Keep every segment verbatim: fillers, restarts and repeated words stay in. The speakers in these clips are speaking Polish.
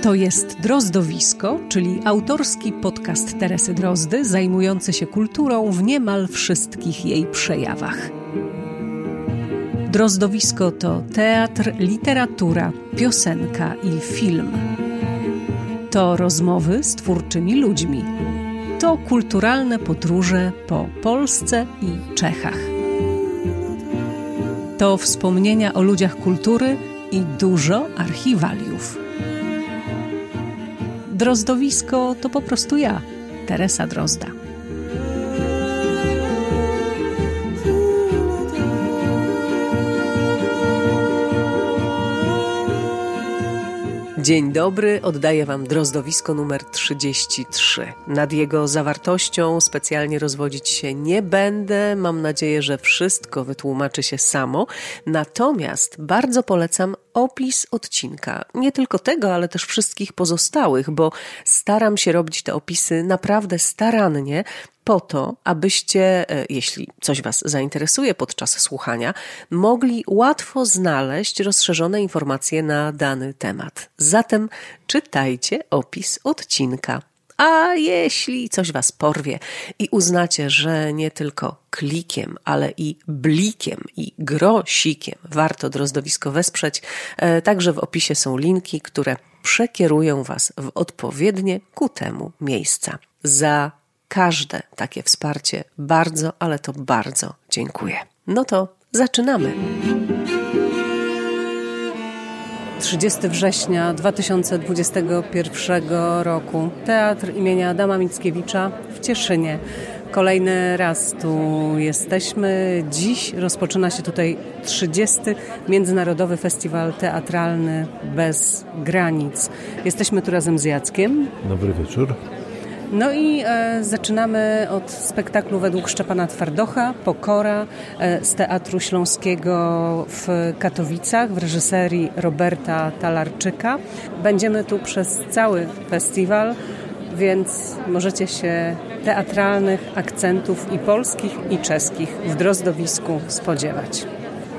To jest Drozdowisko, czyli autorski podcast Teresy Drozdy, zajmujący się kulturą w niemal wszystkich jej przejawach. Drozdowisko to teatr, literatura, piosenka i film. To rozmowy z twórczymi ludźmi. To kulturalne podróże po Polsce i Czechach. To wspomnienia o ludziach kultury i dużo archiwaliów. Drozdowisko to po prostu ja, Teresa Drozda. Dzień dobry, oddaję Wam Drozdowisko numer trzydzieści trzy. Nad jego zawartością specjalnie rozwodzić się nie będę. Mam nadzieję, że wszystko wytłumaczy się samo. Natomiast bardzo polecam opis odcinka. Nie tylko tego, ale też wszystkich pozostałych, bo staram się robić te opisy naprawdę starannie, po to, abyście, jeśli coś Was zainteresuje podczas słuchania, mogli łatwo znaleźć rozszerzone informacje na dany temat. Zatem czytajcie opis odcinka. A jeśli coś Was porwie i uznacie, że nie tylko klikiem, ale i blikiem i grosikiem warto Drozdowisko wesprzeć, także w opisie są linki, które przekierują Was w odpowiednie ku temu miejsca. Za każde takie wsparcie bardzo, ale to bardzo dziękuję. No to zaczynamy. trzydziestego września dwa tysiące dwudziestego pierwszego roku. Teatr imienia Adama Mickiewicza w Cieszynie. Kolejny raz tu jesteśmy. Dziś rozpoczyna się tutaj trzydziesty Międzynarodowy Festiwal Teatralny Bez Granic. Jesteśmy tu razem z Jackiem. Dobry wieczór. No i e, zaczynamy od spektaklu według Szczepana Twardocha, Pokora, e, z Teatru Śląskiego w Katowicach w reżyserii Roberta Talarczyka. Będziemy tu przez cały festiwal, więc możecie się teatralnych akcentów i polskich, i czeskich w Drozdowisku spodziewać.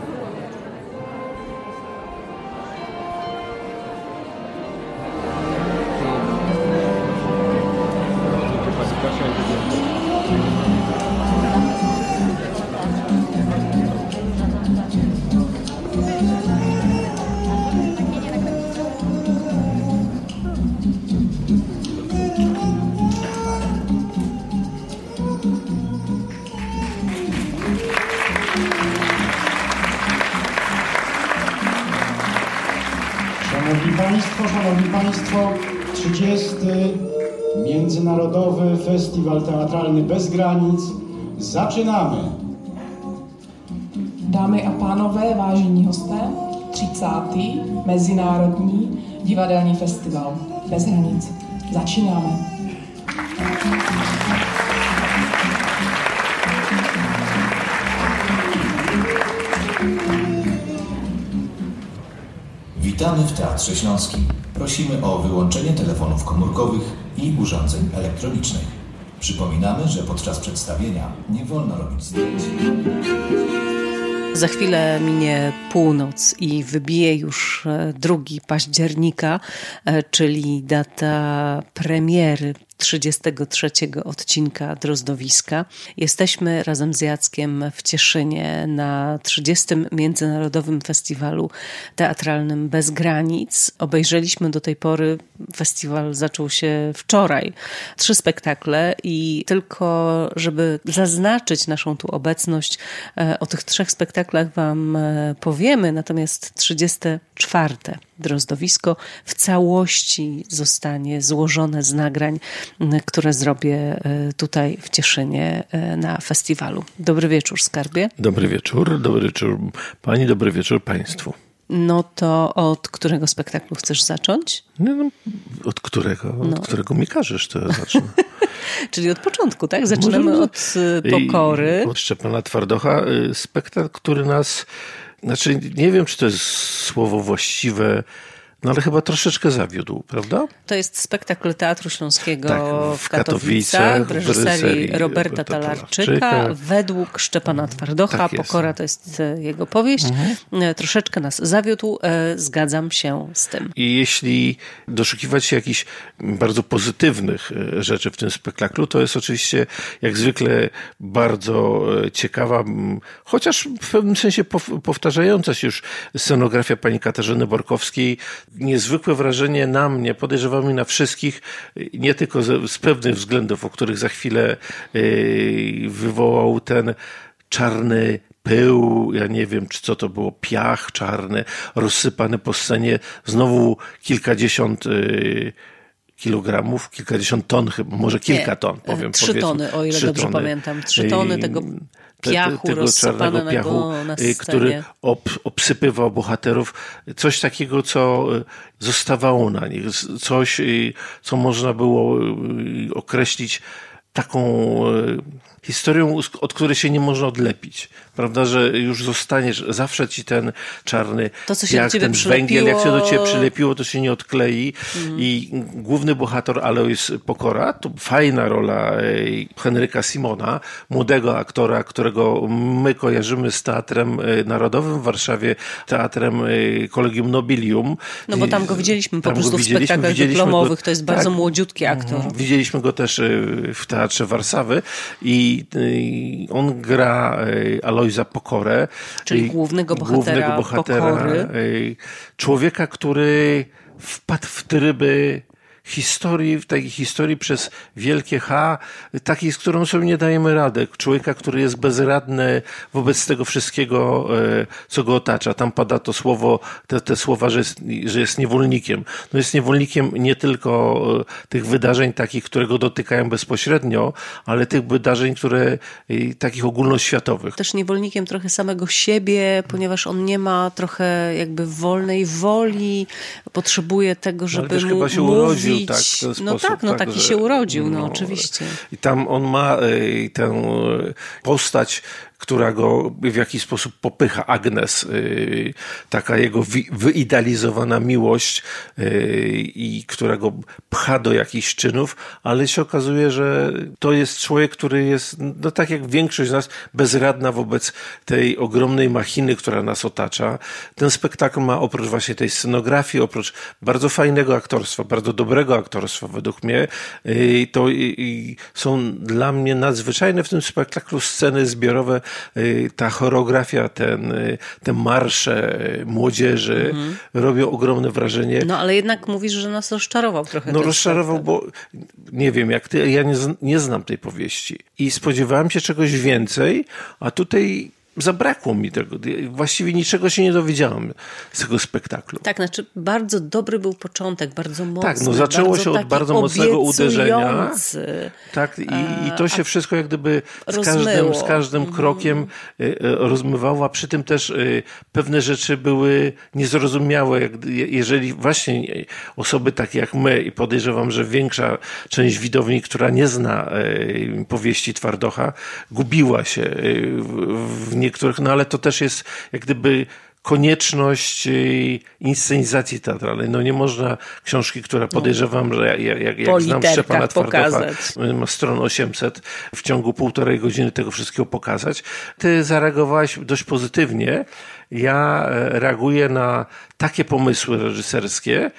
Szanowni Państwo, Szanowni Państwo, trzydziesty Międzynarodowy Festiwal Teatralny Bez Granic. Zaczynamy! Dámy a pánové, vážení hosté, třicátý Mezinárodní divadelní festival Bez hranic. Začínáme. Witamy w Teatrze Śląskim. Prosimy o wyłączenie telefonów komórkowych i urządzeń elektronicznych. Przypominamy, że podczas przedstawienia nie wolno robić zdjęć. Za chwilę minie północ i wybije już drugiego października, czyli data premiery trzydziestego trzeciego odcinka Drozdowiska. Jesteśmy razem z Jackiem w Cieszynie na trzydziestym Międzynarodowym Festiwalu Teatralnym Bez Granic. Obejrzeliśmy do tej pory, festiwal zaczął się wczoraj, trzy spektakle i tylko, żeby zaznaczyć naszą tu obecność, o tych trzech spektaklach Wam powiemy, natomiast trzydzieste czwarte Drozdowisko w całości zostanie złożone z nagrań, które zrobię tutaj w Cieszynie na festiwalu. Dobry wieczór, skarbie. Dobry wieczór, dobry wieczór Pani, dobry wieczór Państwu. No to od którego spektaklu chcesz zacząć? Nie, no, od którego? Od no. którego mi każesz, to ja zacznę. Czyli od początku, tak? Zaczynamy Możemy... od Pokory. I od Szczepana Twardocha. Spektakl, który nas... Znaczy, nie wiem, czy to jest słowo właściwe, No ale chyba troszeczkę zawiódł, prawda? To jest spektakl Teatru Śląskiego tak, w, w Katowicach, Katowicach w reżyserii, w reżyserii Roberta Talarczyka, Talarczyka, według Szczepana Twardocha. Tak Pokora to jest jego powieść. Mhm. Troszeczkę nas zawiódł, zgadzam się z tym. I jeśli doszukiwać się jakichś bardzo pozytywnych rzeczy w tym spektaklu, to jest oczywiście jak zwykle bardzo ciekawa, chociaż w pewnym sensie powtarzająca się już scenografia pani Katarzyny Borkowskiej. Niezwykłe wrażenie na mnie, podejrzewam i na wszystkich, nie tylko z, z pewnych względów, o których za chwilę yy, wywołał ten czarny pył, ja nie wiem, czy co to było, piach czarny, rozsypany po scenie, znowu kilkadziesiąt yy, kilogramów, kilkadziesiąt ton chyba, może kilka nie, ton, powiem. Trzy tony, o ile dobrze tony. pamiętam. Trzy tony tego piachu tego czarnego piachu, na który ob, obsypywał bohaterów. Coś takiego, co zostawało na nich. Coś, co można było określić taką historią, od której się nie można odlepić. Prawda, że już zostaniesz, zawsze ci ten czarny to, co się piach, ten węgiel, jak się do ciebie przylepiło, to się nie odklei. Mm. I główny bohater Alojz Pokora, to fajna rola Henryka Simona, młodego aktora, którego my kojarzymy z Teatrem Narodowym w Warszawie, Teatrem Collegium Nobilium. No bo tam go widzieliśmy po prostu w spektaklach dyplomowych, go, to jest bardzo tak, młdziutki aktor. Widzieliśmy go też w Teatrze Warszawy i on gra Alojza Pokorę. Czyli głównego bohatera, głównego bohatera Pokory. Człowieka, który wpadł w tryby historii, w takiej historii przez wielkie H, takiej, z którą sobie nie dajemy rady. Człowieka, który jest bezradny wobec tego wszystkiego, co go otacza. Tam pada to słowo, te, te słowa, że jest, że jest niewolnikiem. No jest niewolnikiem nie tylko tych wydarzeń takich, które go dotykają bezpośrednio, ale tych wydarzeń, które takich ogólnoświatowych. Też niewolnikiem trochę samego siebie, ponieważ on nie ma trochę jakby wolnej woli, potrzebuje tego, żeby ale też mu chyba się mówić. urodził tak, w ten no sposób, tak, no tak, taki że, się urodził, no, no oczywiście. I tam on ma y, tę postać, która go w jakiś sposób popycha, Agnes, yy, taka jego wi- wyidealizowana miłość yy, i która go pcha do jakichś czynów, ale się okazuje, że to jest człowiek, który jest, no tak jak większość z nas, bezradna wobec tej ogromnej machiny, która nas otacza. Ten spektakl ma oprócz właśnie tej scenografii, oprócz bardzo fajnego aktorstwa, bardzo dobrego aktorstwa według mnie, yy, to yy, są dla mnie nadzwyczajne w tym spektaklu sceny zbiorowe, yy, ta choreografia, ten, te marsze młodzieży mm. robią ogromne wrażenie. No ale jednak mówisz, że nas rozczarował trochę. No rozczarował, bo nie wiem jak ty, ja nie, nie znam tej powieści i spodziewałem się czegoś więcej, a tutaj zabrakło mi tego. Właściwie niczego się nie dowiedziałem z tego spektaklu. Tak, znaczy bardzo dobry był początek, bardzo mocny. Tak, no zaczęło się od bardzo mocnego uderzenia. Tak, i, i to się wszystko jak gdyby z każdym, z każdym mm. krokiem rozmywało, a przy tym też pewne rzeczy były niezrozumiałe. Jak, jeżeli właśnie osoby takie jak my i podejrzewam, że większa część widowni, która nie zna powieści Twardocha, gubiła się w, w niektórych, no ale to też jest jak gdyby konieczność inscenizacji teatralnej. No nie można książki, która podejrzewam, że jak, jak, jak znam Szczepana Twardocha, ma stron osiemset, w ciągu półtorej godziny tego wszystkiego pokazać. Ty zareagowałeś dość pozytywnie. Ja reaguję na takie pomysły reżyserskie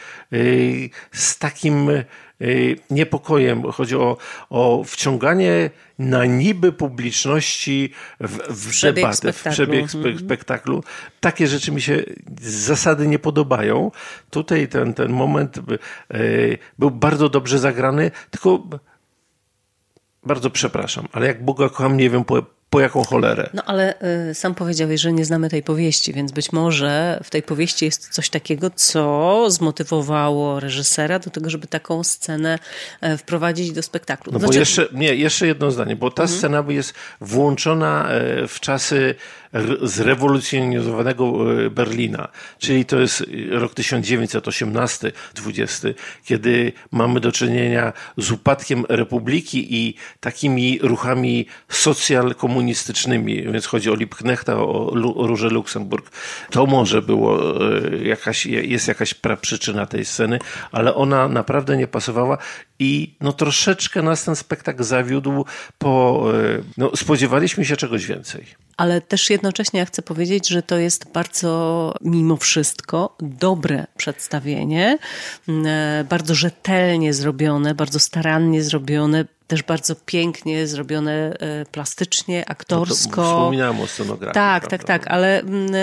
z takim niepokojem. Chodzi o, o wciąganie na niby publiczności w, w, w debatę, spektaklu. w przebieg spe- spektaklu. Takie rzeczy mi się z zasady nie podobają. Tutaj ten, ten moment by, y, był bardzo dobrze zagrany, tylko bardzo przepraszam, ale jak Boga kocham, nie wiem po Po jaką cholerę? No ale y, sam powiedziałeś, że nie znamy tej powieści, więc być może w tej powieści jest coś takiego, co zmotywowało reżysera do tego, żeby taką scenę e, wprowadzić do spektaklu. No bo znaczy... jeszcze, nie, jeszcze jedno zdanie, bo ta mhm. scena jest włączona w czasy zrewolucjonizowanego Berlina, czyli to jest rok tysiąc dziewięćset osiemnasty dwudziesty, kiedy mamy do czynienia z upadkiem republiki i takimi ruchami socjal-komunistycznymi, komunistycznymi, więc chodzi o Liebknechta, o, o Różę Luksemburg. To może było jakaś, jest jakaś praprzyczyna tej sceny, ale ona naprawdę nie pasowała i no troszeczkę nas ten spektakl zawiódł, po, no, spodziewaliśmy się czegoś więcej. Ale też jednocześnie ja chcę powiedzieć, że to jest bardzo, mimo wszystko, dobre przedstawienie, bardzo rzetelnie zrobione, bardzo starannie zrobione, też bardzo pięknie zrobione plastycznie, aktorsko. No wspominałem o scenografii. Tak, prawda? tak, tak, ale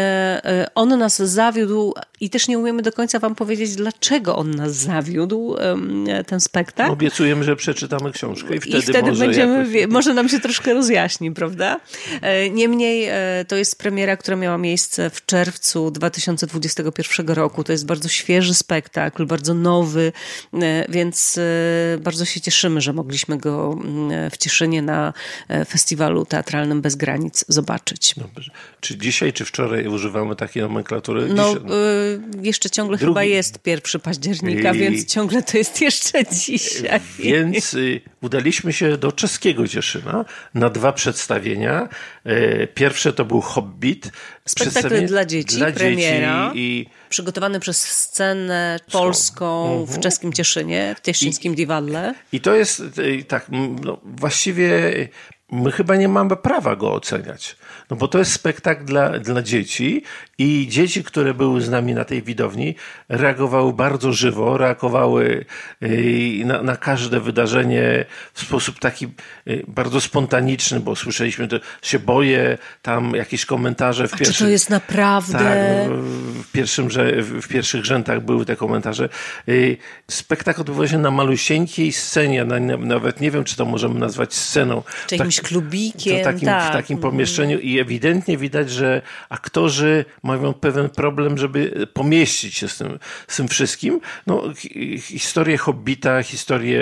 on nas zawiódł i też nie umiemy do końca wam powiedzieć, dlaczego on nas zawiódł, ten spektakl. Obiecujemy, że przeczytamy książkę i wtedy, I wtedy może, będziemy, jakoś... może nam się troszkę rozjaśni, prawda? Niemniej to jest premiera, która miała miejsce w czerwcu dwa tysiące dwudziestego pierwszego roku. To jest bardzo świeży spektakl, bardzo nowy, więc bardzo się cieszymy, że mogliśmy go w Cieszynie na festiwalu teatralnym Bez Granic zobaczyć. Dobrze. Czy dzisiaj, czy wczoraj używamy takiej nomenklatury? No, dzisiaj, no. Y, jeszcze ciągle Drugi. chyba jest pierwszego października, I... więc ciągle to jest jeszcze dzisiaj. Więc y, udaliśmy się do czeskiego Cieszyna na dwa przedstawienia. Y, pierwsze to był Hobbit. Spektakl dla dzieci, dla premiera. Dzieci i... Przygotowany przez scenę polską mhm. w czeskim Cieszynie, w Cieszyńskim Diwalle. I to jest tak, no, właściwie my chyba nie mamy prawa go oceniać. No bo to jest spektakl dla, dla dzieci i dzieci, które były z nami na tej widowni, reagowały bardzo żywo, reagowały na, na każde wydarzenie w sposób taki bardzo spontaniczny, bo słyszeliśmy, że się boję, tam jakieś komentarze w A pierwszych... czy to jest naprawdę... Tak, w, pierwszym, w pierwszych rzędach były te komentarze. Spektakl odbywał się na malusieńkiej scenie, nawet nie wiem, czy to możemy nazwać sceną. Czy jakimś tak, klubikiem. W takim, tak. w takim pomieszczeniu i ewidentnie widać, że aktorzy mają pewien problem, żeby pomieścić się z tym, z tym wszystkim. No, historię Hobbita, historię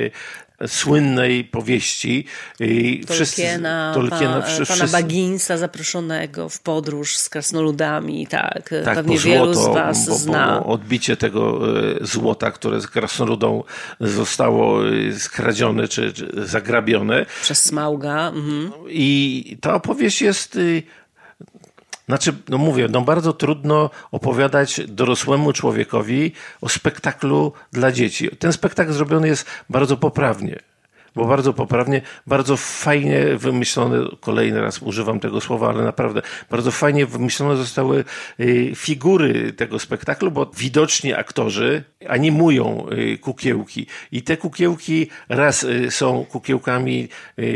słynnej powieści. Tolkiena, Tolkiena pa, wszyscy, pana Bagginsa zaproszonego w podróż z krasnoludami. Tak, tak pewnie wielu złoto, z was bo, zna. Bo odbicie tego złota, które z krasnoludą zostało skradzione czy, czy zagrabione. Przez Smauga. Mhm. I ta opowieść jest... Znaczy, no mówię, no bardzo trudno opowiadać dorosłemu człowiekowi o spektaklu dla dzieci. Ten spektakl zrobiony jest bardzo poprawnie. Bo bardzo poprawnie, bardzo fajnie wymyślone, kolejny raz używam tego słowa, ale naprawdę bardzo fajnie wymyślone zostały figury tego spektaklu, bo widoczni aktorzy animują kukiełki i te kukiełki raz są kukiełkami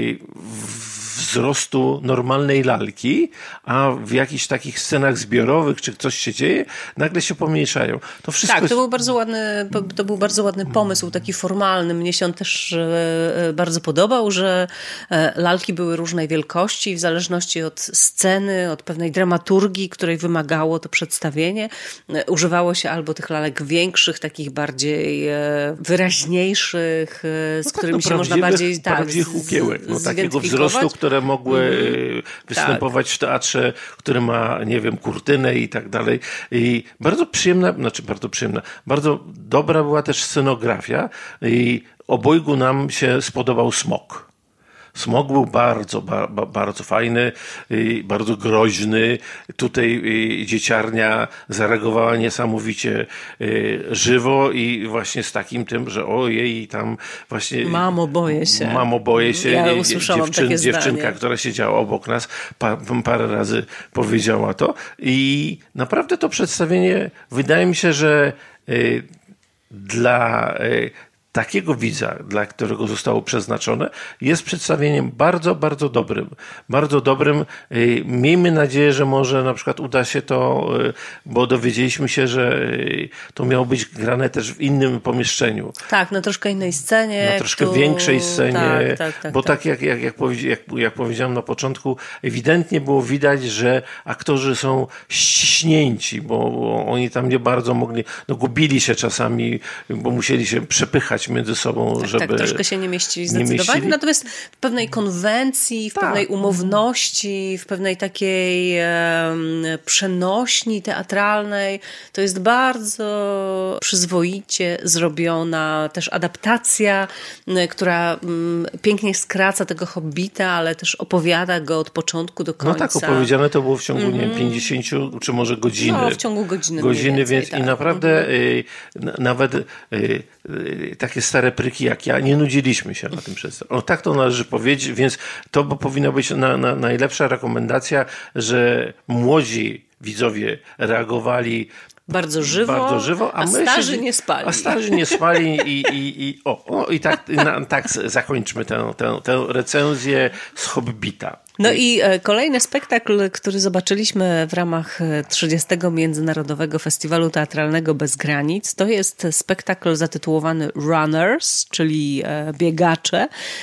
wzrostu normalnej lalki, a w jakichś takich scenach zbiorowych, czy coś się dzieje, nagle się pomniejszają. To wszystko tak, jest... to był bardzo ładny, to był bardzo ładny pomysł, taki formalny. Mnie się on też bardzo podobał, że lalki były różnej wielkości, w zależności od sceny, od pewnej dramaturgii, której wymagało to przedstawienie. Używało się albo tych lalek większych, takich bardziej wyraźniejszych, z no którymi tak, no, się można bardziej... Tak, prawdziwych kukiełek, no, takiego wzrostu, które mogły mm, występować tak. w teatrze, który ma, nie wiem, kurtynę i tak dalej. I bardzo przyjemna, znaczy bardzo przyjemna, bardzo dobra była też scenografia i obojgu nam się spodobał smok. Smok był bardzo, ba, bardzo fajny, bardzo groźny. Tutaj dzieciarnia zareagowała niesamowicie żywo i właśnie z takim tym, że ojej, tam właśnie... Mamo, boję się. Mamo, boję się. Ja usłyszałam Dziewczyn, takie dziewczynka, zdanie. Która siedziała obok nas, pa, parę razy powiedziała to. I naprawdę to przedstawienie, wydaje mi się, że y, dla... Y, takiego widza, dla którego zostało przeznaczone, jest przedstawieniem bardzo, bardzo dobrym. Bardzo dobrym. Miejmy nadzieję, że może na przykład uda się to, bo dowiedzieliśmy się, że to miało być grane też w innym pomieszczeniu. Tak, na troszkę innej scenie. Na troszkę tu... większej scenie. Tak, tak, tak, bo tak, tak jak, jak, jak, jak, jak powiedziałem na początku, ewidentnie było widać, że aktorzy są ściśnięci, bo, bo oni tam nie bardzo mogli, no gubili się czasami, bo musieli się przepychać dysproporcji między sobą, tak, żeby... Tak, troszkę się nie mieścili zdecydowanie, nie mieścili. Natomiast w pewnej konwencji, w tak. pewnej umowności, w pewnej takiej e, przenośni teatralnej, to jest bardzo przyzwoicie zrobiona też adaptacja, która m, pięknie skraca tego Hobbita, ale też opowiada go od początku do końca. No tak, opowiedziane to było w ciągu, mm. nie wiem, pięćdziesięciu, czy może godziny. No, w ciągu godziny. Godziny, więcej, więc tak. i naprawdę mm. y, nawet y, y, takie stare pryki jak ja, nie nudziliśmy się na tym przedstawieniu. No tak to należy powiedzieć, więc to powinna być na, na, najlepsza rekomendacja, że młodzi widzowie reagowali Bardzo żywo, bardzo żywo, a, a my starzy się, nie spali. A starzy nie spali i, i, i o, o, i tak, na, tak zakończmy tę, tę, tę recenzję z Hobbita. No i kolejny spektakl, który zobaczyliśmy w ramach trzydziestego Międzynarodowego Festiwalu Teatralnego Bez Granic, to jest spektakl zatytułowany Runners, czyli biegacze.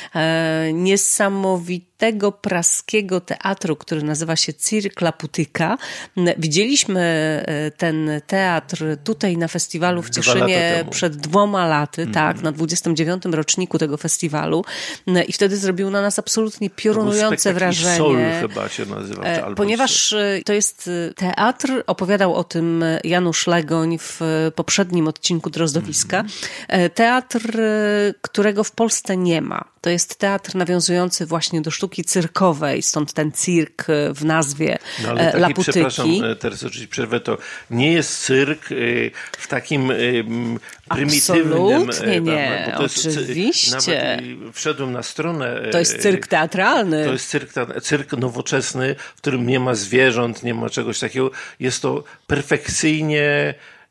Niesamowitego praskiego teatru, który nazywa się Cirque Laputyka. Widzieliśmy ten teatr tutaj na festiwalu w Cieszynie przed dwoma laty, mm. tak, na dwudziestym dziewiątym roczniku tego festiwalu i wtedy zrobił na nas absolutnie piorunujące wrażenie. Soul chyba się nazywa. Ponieważ to jest teatr, opowiadał o tym Janusz Legoń w poprzednim odcinku Drozdowiska. Mm. Teatr, którego w Polsce nie ma. To jest teatr nawiązujący właśnie do sztuki cyrkowej, stąd ten cyrk w nazwie no, ale taki, Laputyki. Przepraszam, teraz oczywiście przerwę, to nie jest cyrk w takim prymitywnym... Absolutnie nie, bo to jest, oczywiście. Nawet wszedłem na stronę... To jest cyrk teatralny. To jest cyrk, cyrk nowoczesny, w którym nie ma zwierząt, nie ma czegoś takiego. Jest to perfekcyjnie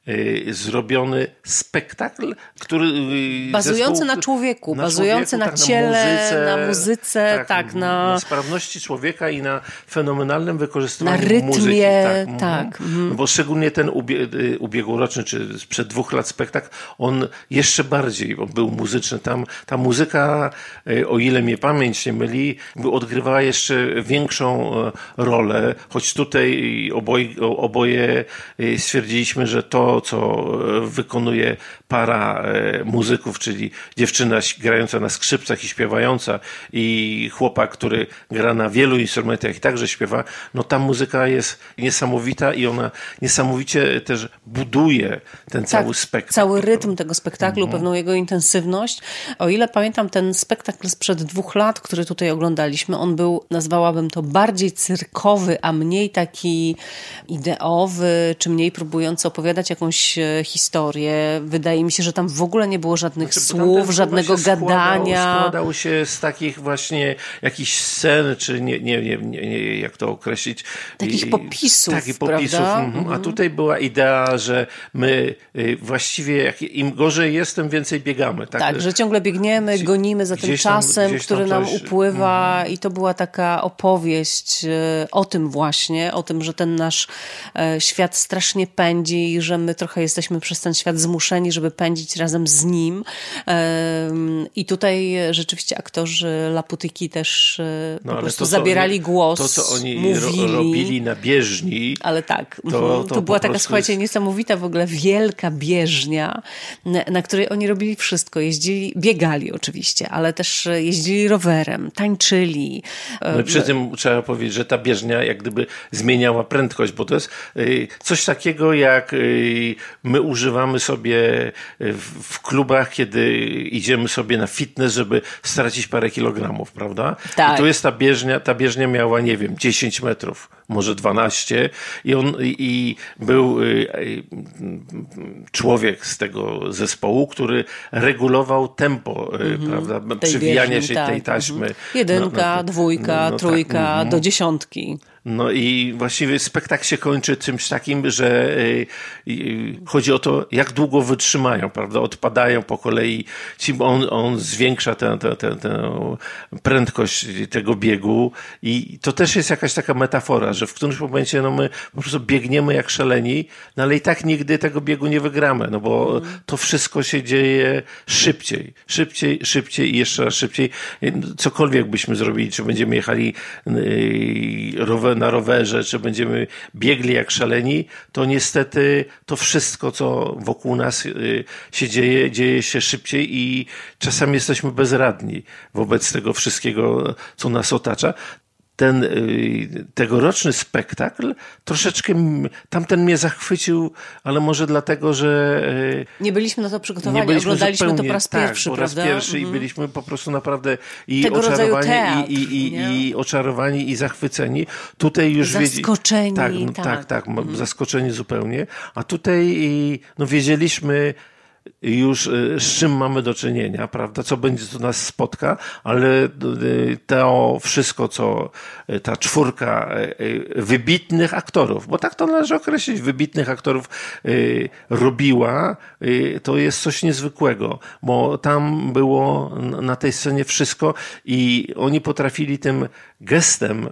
zrobiony spektakl, który... Bazujący zespół, na człowieku, na bazujący człowieku, na tak, ciele, na muzyce, na, muzyce, tak, tak na... na sprawności człowieka i na fenomenalnym wykorzystywaniu na rytmie, muzyki. Tak, tak. Mhm. No bo szczególnie ten ubie, ubiegłoroczny, czy sprzed dwóch lat spektakl, on jeszcze bardziej był muzyczny. Tam ta muzyka, o ile mnie pamięć nie myli, odgrywała jeszcze większą rolę, choć tutaj oboje, oboje stwierdziliśmy, że to, co wykonuje para muzyków, czyli dziewczyna grająca na skrzypcach i śpiewająca i chłopak, który gra na wielu instrumentach i także śpiewa, no ta muzyka jest niesamowita i ona niesamowicie też buduje ten tak, cały spektakl. Cały rytm tego spektaklu, mhm. pewną jego intensywność. O ile pamiętam ten spektakl sprzed dwóch lat, który tutaj oglądaliśmy, on był, nazwałabym to bardziej cyrkowy, a mniej taki ideowy, czy mniej próbujący opowiadać jakąś historię. Wydaje mi się, że tam w ogóle nie było żadnych znaczy, słów, żadnego gadania. Składał, składał się z takich właśnie jakichś scen, czy nie, nie, nie, nie jak to określić. Takich popisów, Takich popisów. Mhm. A tutaj była idea, że my właściwie jak im gorzej jest, tym więcej biegamy. Tak, tak że ciągle biegniemy, gonimy za tym czasem, tam, który nam coś... upływa mhm. i to była taka opowieść o tym właśnie, o tym, że ten nasz świat strasznie pędzi i że my trochę jesteśmy przez ten świat zmuszeni, żeby pędzić razem z nim. I tutaj rzeczywiście aktorzy Laputyki też no, po prostu to, zabierali oni, głos, to, co oni mówili. Ro, robili na bieżni. Ale tak, to, to, to była taka, słuchajcie, jest... niesamowita w ogóle wielka bieżnia, na, na której oni robili wszystko. Jeździli, biegali oczywiście, ale też jeździli rowerem, tańczyli. No i przy tym trzeba powiedzieć, że ta bieżnia jak gdyby zmieniała prędkość, bo to jest coś takiego jak my używamy sobie w klubach, kiedy idziemy sobie na fitness, żeby stracić parę kilogramów, prawda? Tak. I tu jest ta bieżnia, ta bieżnia miała, nie wiem, dziesięć metrów, może dwanaście i on i, i był y, y, człowiek z tego zespołu, który regulował tempo, mm-hmm. prawda, przewijania się tak. tej taśmy. Jedynka, no, no, dwójka, no, no, trójka, tak. do dziesiątki. No i właściwie spektakl się kończy czymś takim, że y, y, chodzi o to, jak długo wytrzymają, prawda? Odpadają po kolei. On, on zwiększa tę, tę, tę, tę prędkość tego biegu i to też jest jakaś taka metafora, że w którymś momencie no my po prostu biegniemy jak szaleni, no ale i tak nigdy tego biegu nie wygramy, no bo mm. to wszystko się dzieje szybciej, szybciej, szybciej i jeszcze raz szybciej. Cokolwiek byśmy zrobili, czy będziemy jechali y, rower na rowerze, czy będziemy biegli jak szaleni, to niestety to wszystko, co wokół nas się dzieje, dzieje się szybciej i czasami jesteśmy bezradni wobec tego wszystkiego, co nas otacza. Ten tegoroczny spektakl troszeczkę tamten mnie zachwycił, ale może dlatego, że nie byliśmy na to przygotowani, byliśmy oglądaliśmy zupełnie, to po raz tak, pierwszy, po prawda? raz pierwszy mhm. i byliśmy po prostu naprawdę i tego oczarowani teatr, i, i, i, i oczarowani i zachwyceni. Tutaj już zaskoczeni. Wiedzi... Tak, no, tak, tak, tak mhm. zaskoczeni zupełnie. A tutaj no, wiedzieliśmy już z czym mamy do czynienia, prawda, co będzie, co nas spotka, ale to wszystko, co ta czwórka wybitnych aktorów, bo tak to należy określić, wybitnych aktorów robiła, to jest coś niezwykłego, bo tam było na tej scenie wszystko i oni potrafili tym gestem,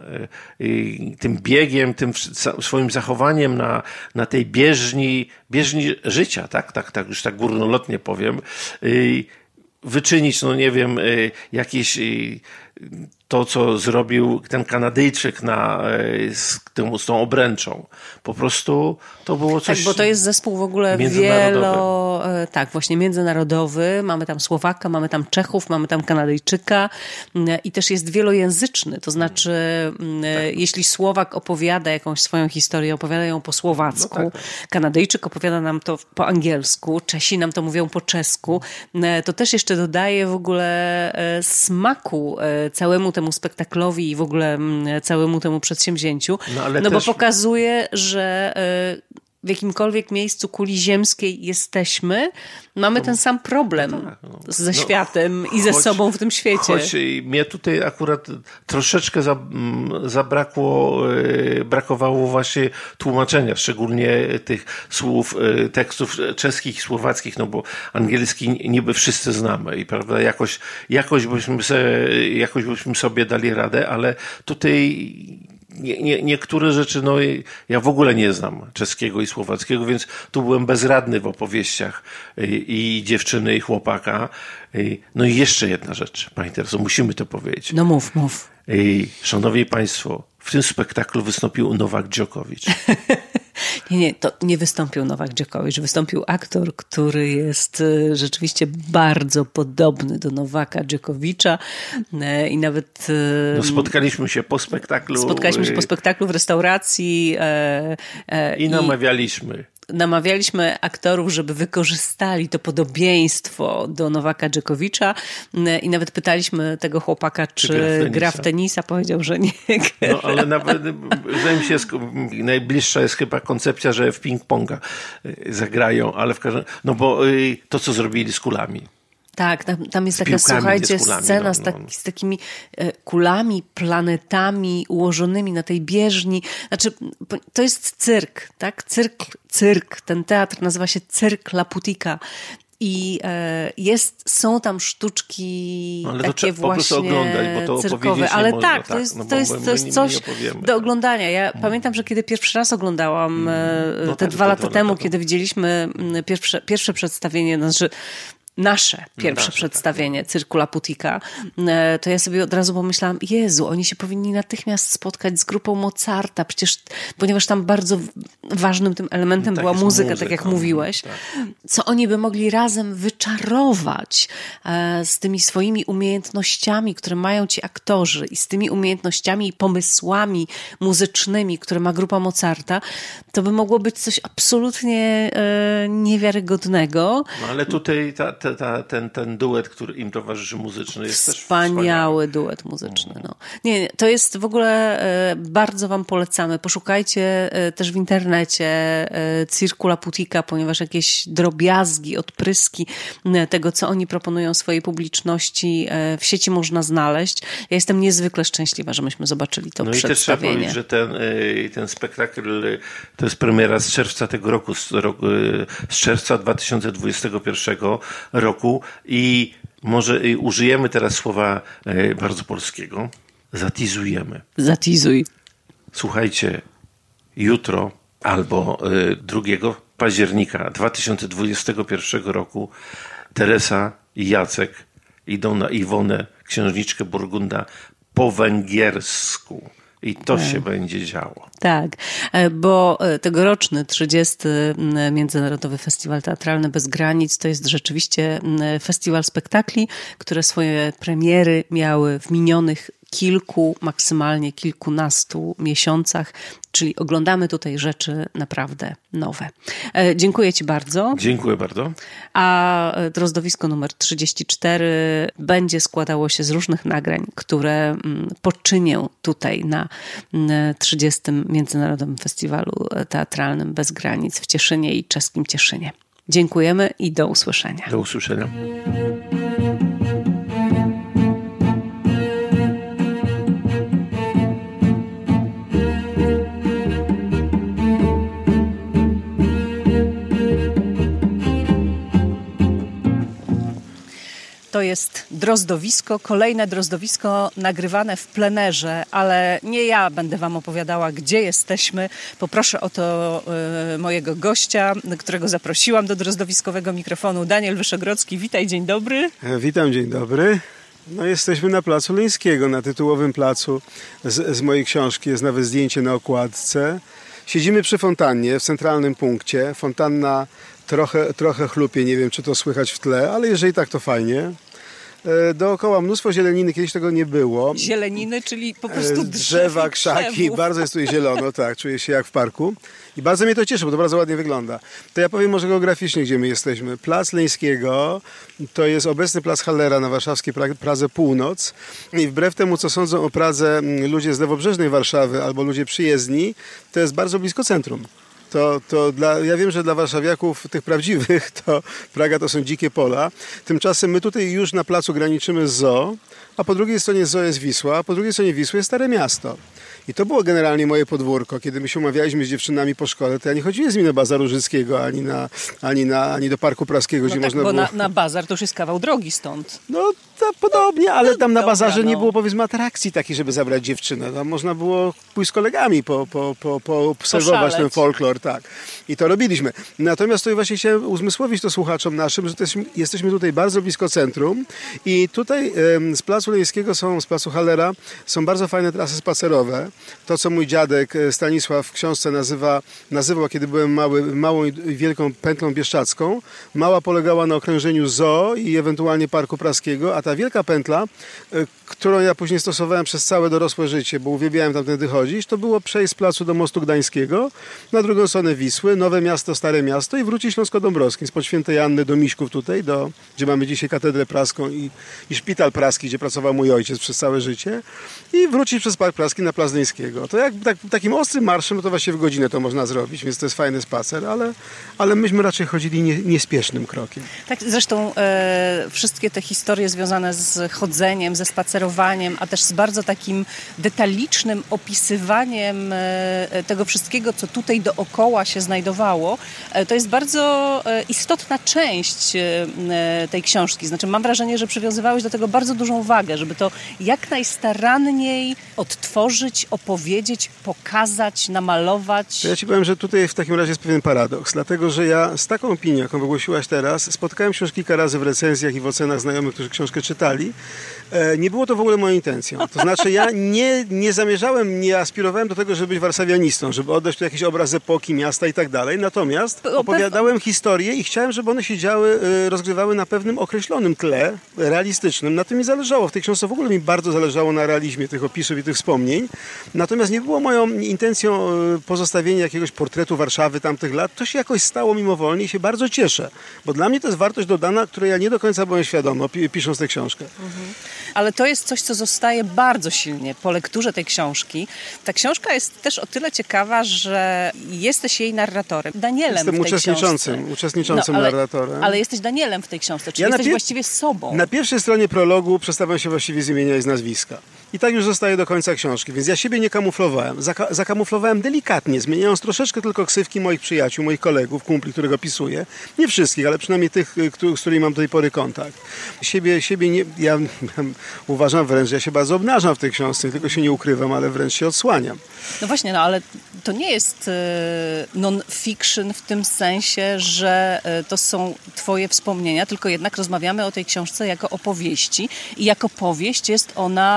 tym biegiem, tym swoim zachowaniem na, na tej bieżni, bieżni życia, tak, tak, tak, już tak górnolotnie powiem, wyczynić, no nie wiem, jakieś to, co zrobił ten Kanadyjczyk na, z, tym, z tą obręczą. Po prostu to było coś tak, bo to jest zespół w ogóle wielo... Tak, właśnie międzynarodowy. Mamy tam Słowaka, mamy tam Czechów, mamy tam Kanadyjczyka i też jest wielojęzyczny. To znaczy, tak. jeśli Słowak opowiada jakąś swoją historię, opowiada ją po słowacku, no tak. Kanadyjczyk opowiada nam to po angielsku, Czesi nam to mówią po czesku, to też jeszcze dodaje w ogóle smaku całemu temu spektaklowi i w ogóle całemu temu przedsięwzięciu. No, ale no też... bo pokazuje, że w jakimkolwiek miejscu kuli ziemskiej jesteśmy, mamy ten sam problem no tak, no. ze no, światem i ze choć, sobą w tym świecie. Choć mnie tutaj akurat troszeczkę zabrakło, brakowało właśnie tłumaczenia, szczególnie tych słów, tekstów czeskich i słowackich, no bo angielski niby wszyscy znamy i prawda, jakoś, jakoś, byśmy sobie, jakoś byśmy sobie dali radę, ale tutaj Nie, nie, niektóre rzeczy, no ja w ogóle nie znam czeskiego i słowackiego, więc tu byłem bezradny w opowieściach i, i dziewczyny, i chłopaka. I, no i jeszcze jedna rzecz, Pani Tereso, musimy to powiedzieć. No mów, mów. I, szanowni Państwo, w tym spektaklu wystąpił Nowak Dżokowicz. Nie, nie, to nie wystąpił Nowak Dżokowicz, wystąpił aktor, który jest rzeczywiście bardzo podobny do Nowaka Dżokowicza i nawet... No, spotkaliśmy się po spektaklu. Spotkaliśmy się po spektaklu w restauracji. I namawialiśmy. Namawialiśmy aktorów, żeby wykorzystali to podobieństwo do Nowaka Dżokowicza i nawet pytaliśmy tego chłopaka, czy, czy gra, w gra w tenisa. Powiedział, że nie. No ale nawet, wydaje mi się, najbliższa jest chyba koncepcja, że w ping-ponga zagrają, ale w każdym... No bo to, co zrobili z kulami. Tak, tam, tam jest z taka, słuchajcie, kulami, scena no, no. Z, taki, z takimi e, kulami, planetami ułożonymi na tej bieżni. Znaczy, to jest cyrk, tak? Cyrk, cyrk. Ten teatr nazywa się Cyrk Laputika. I e, jest, są tam sztuczki ale takie to właśnie oglądać, bo to cyrkowe. Ale można, tak, to jest, tak, no to jest, to jest coś do oglądania. Ja hmm. pamiętam, że kiedy pierwszy raz oglądałam hmm. no te tak, dwa lata temu, lata kiedy widzieliśmy pierwsze, pierwsze przedstawienie, znaczy nasze pierwsze nasze, przedstawienie tak. Cyrku Laputika, to ja sobie od razu pomyślałam, Jezu, oni się powinni natychmiast spotkać z grupą Mozarta, przecież, ponieważ tam bardzo ważnym tym elementem no, była muzyka, muzyka, tak jak mówiłeś, tak. Co oni by mogli razem wyczarować e, z tymi swoimi umiejętnościami, które mają ci aktorzy i z tymi umiejętnościami i pomysłami muzycznymi, które ma grupa Mozarta, to by mogło być coś absolutnie e, niewiarygodnego. No ale tutaj ta Ta, ta, ten, ten duet, który im towarzyszy muzyczny jest wspaniały też wspaniały. duet muzyczny. No. Nie, nie, to jest w ogóle e, bardzo wam polecamy. Poszukajcie e, też w internecie e, Cirku Laputika, ponieważ jakieś drobiazgi, odpryski e, tego, co oni proponują swojej publiczności e, w sieci można znaleźć. Ja jestem niezwykle szczęśliwa, że myśmy zobaczyli to no przedstawienie. I też trzeba powiedzieć, że ten, e, ten spektakl to jest premiera z czerwca tego roku, z, roku, z czerwca dwa tysiące dwudziestego pierwszego roku i może użyjemy teraz słowa bardzo polskiego. Zatizujemy. Zatizuj. Słuchajcie, jutro albo drugiego października dwa tysiące dwudziestego pierwszego roku Teresa i Jacek idą na Iwonę, księżniczkę Burgunda, po węgiersku. I to tak się będzie działo. Tak, bo tegoroczny trzydziesty Międzynarodowy Festiwal Teatralny Bez Granic to jest rzeczywiście festiwal spektakli, które swoje premiery miały w minionych kilku, maksymalnie kilkunastu miesiącach, czyli oglądamy tutaj rzeczy naprawdę nowe. E, dziękuję Ci bardzo. Dziękuję bardzo. A drozdowisko numer trzydzieści cztery będzie składało się z różnych nagrań, które mm, poczynię tutaj na mm, trzydziestym Międzynarodowym Festiwalu Teatralnym Bez Granic w Cieszynie i czeskim Cieszynie. Dziękujemy i do usłyszenia. Do usłyszenia. To jest drozdowisko, kolejne drozdowisko nagrywane w plenerze, ale nie ja będę wam opowiadała, gdzie jesteśmy. Poproszę o to y, mojego gościa, którego zaprosiłam do drozdowiskowego mikrofonu. Daniel Wyszogrodzki, witaj, dzień dobry. Witam, dzień dobry. No, jesteśmy na Placu Leńskiego, na tytułowym placu z, z mojej książki. Jest nawet zdjęcie na okładce. Siedzimy przy fontannie w centralnym punkcie. Fontanna trochę, trochę chlupie, nie wiem, czy to słychać w tle, ale jeżeli tak, to fajnie. Dookoła mnóstwo zieleniny, kiedyś tego nie było. Zieleniny, czyli po prostu drzewa, krzaki, drzewów. Bardzo jest tutaj zielono, tak, czuję się jak w parku. I bardzo mnie to cieszy, bo to bardzo ładnie wygląda. To ja powiem może geograficznie, gdzie my jesteśmy. Plac Leńskiego to jest obecny plac Hallera na warszawskiej Pradze Północ. I wbrew temu, co sądzą o Pradze ludzie z lewobrzeżnej Warszawy albo ludzie przyjezdni, to jest bardzo blisko centrum. To, to dla, ja wiem, że dla warszawiaków tych prawdziwych to Praga to są dzikie pola. Tymczasem my tutaj już na placu graniczymy z zoo, a po drugiej stronie zoo jest Wisła, a po drugiej stronie Wisły jest Stare Miasto. I to było generalnie moje podwórko. Kiedy my się umawialiśmy z dziewczynami po szkole, to ja nie chodziłem z nimi na Bazaru Życkiego, ani, na, ani, na, ani do Parku Praskiego, no gdzie tak, można bo było... na, na bazar to już jest kawał drogi stąd. No to podobnie, ale no, tam na dobra, bazarze no. nie było, powiedzmy, atrakcji takiej, żeby zabrać dziewczynę. Tam można było pójść z kolegami, po, po, po, po obserwować Poszaleć. ten folklor, tak. I to robiliśmy. Natomiast tutaj właśnie chciałem uzmysłowić to słuchaczom naszym, że jesteśmy, jesteśmy tutaj bardzo blisko centrum i tutaj ym, z Placu Leńskiego są, z Placu Hallera są bardzo fajne trasy spacerowe. To, co mój dziadek Stanisław w książce nazywa, nazywał, kiedy byłem mały, małą i wielką pętlą bieszczacką. Mała polegała na okrężeniu zoo i ewentualnie Parku Praskiego, a ta wielka pętla, y, którą ja później stosowałem przez całe dorosłe życie, bo uwielbiałem tamtędy chodzić, to było przejść z Placu do Mostu Gdańskiego, na drugą stronę Wisły, Nowe Miasto, Stare Miasto i wrócić Śląsko-Dąbrowskim, spod Świętej Anny do Miśków tutaj, do, gdzie mamy dzisiaj Katedrę Praską i, i Szpital Praski, gdzie pracował mój ojciec przez całe życie i wrócić przez Park Praski na Plac Leńskiego. To jak tak, takim ostrym marszem, no to właśnie w godzinę to można zrobić, więc to jest fajny spacer, ale, ale myśmy raczej chodzili nie, niespiesznym krokiem. Tak, zresztą e, wszystkie te historie związane z chodzeniem, ze spacerowaniem, a też z bardzo takim detalicznym opisywaniem e, tego wszystkiego, co tutaj dookoła się znajdowało, e, to jest bardzo e, istotna część e, tej książki. Znaczy mam wrażenie, że przywiązywałeś do tego bardzo dużą wagę, żeby to jak najstaranniej odtworzyć, opowiedzieć, pokazać, namalować. To ja ci powiem, że tutaj w takim razie jest pewien paradoks, dlatego że ja z taką opinią, jaką wygłosiłaś teraz, spotkałem się już kilka razy w recenzjach i w ocenach znajomych, którzy książkę czytali. E, nie było to w ogóle moją intencją. To znaczy ja nie, nie zamierzałem, nie aspirowałem do tego, żeby być warszawianistą, żeby oddać tu jakiś obraz epoki, miasta i tak dalej. Natomiast opowiadałem historie i chciałem, żeby one się działy, rozgrywały na pewnym określonym tle, realistycznym. Na tym mi zależało. W tej książce w ogóle mi bardzo zależało na realizmie tych opisów i tych wspomnień. Natomiast nie było moją intencją pozostawienie jakiegoś portretu Warszawy tamtych lat. To się jakoś stało mimowolnie i się bardzo cieszę. Bo dla mnie to jest wartość dodana, której ja nie do końca byłem świadomy, pisząc tę książkę. Mhm. Ale to jest coś, co zostaje bardzo silnie po lekturze tej książki. Ta książka jest też o tyle ciekawa, że jesteś jej narratorem. Danielem Jestem w tej uczestniczącym, książce. uczestniczącym no, ale, narratorem. Ale jesteś Danielem w tej książce, czyli ja jesteś pie- właściwie sobą. Na pierwszej stronie prologu przedstawiam się właściwie z imienia i z nazwiska. I tak już zostaje do końca książki, więc ja siebie nie kamuflowałem. Zaka- zakamuflowałem delikatnie, zmieniając troszeczkę tylko ksywki moich przyjaciół, moich kolegów, kumpli, których opisuję. Nie wszystkich, ale przynajmniej tych, z którymi mam do tej pory kontakt. Siebie, siebie nie... Ja uważam wręcz, że ja się bardzo obnażam w tej książce, nie tylko się nie ukrywam, ale wręcz się odsłaniam. No właśnie, no ale to nie jest non-fiction w tym sensie, że to są twoje wspomnienia, tylko jednak rozmawiamy o tej książce jako opowieści i jako powieść jest ona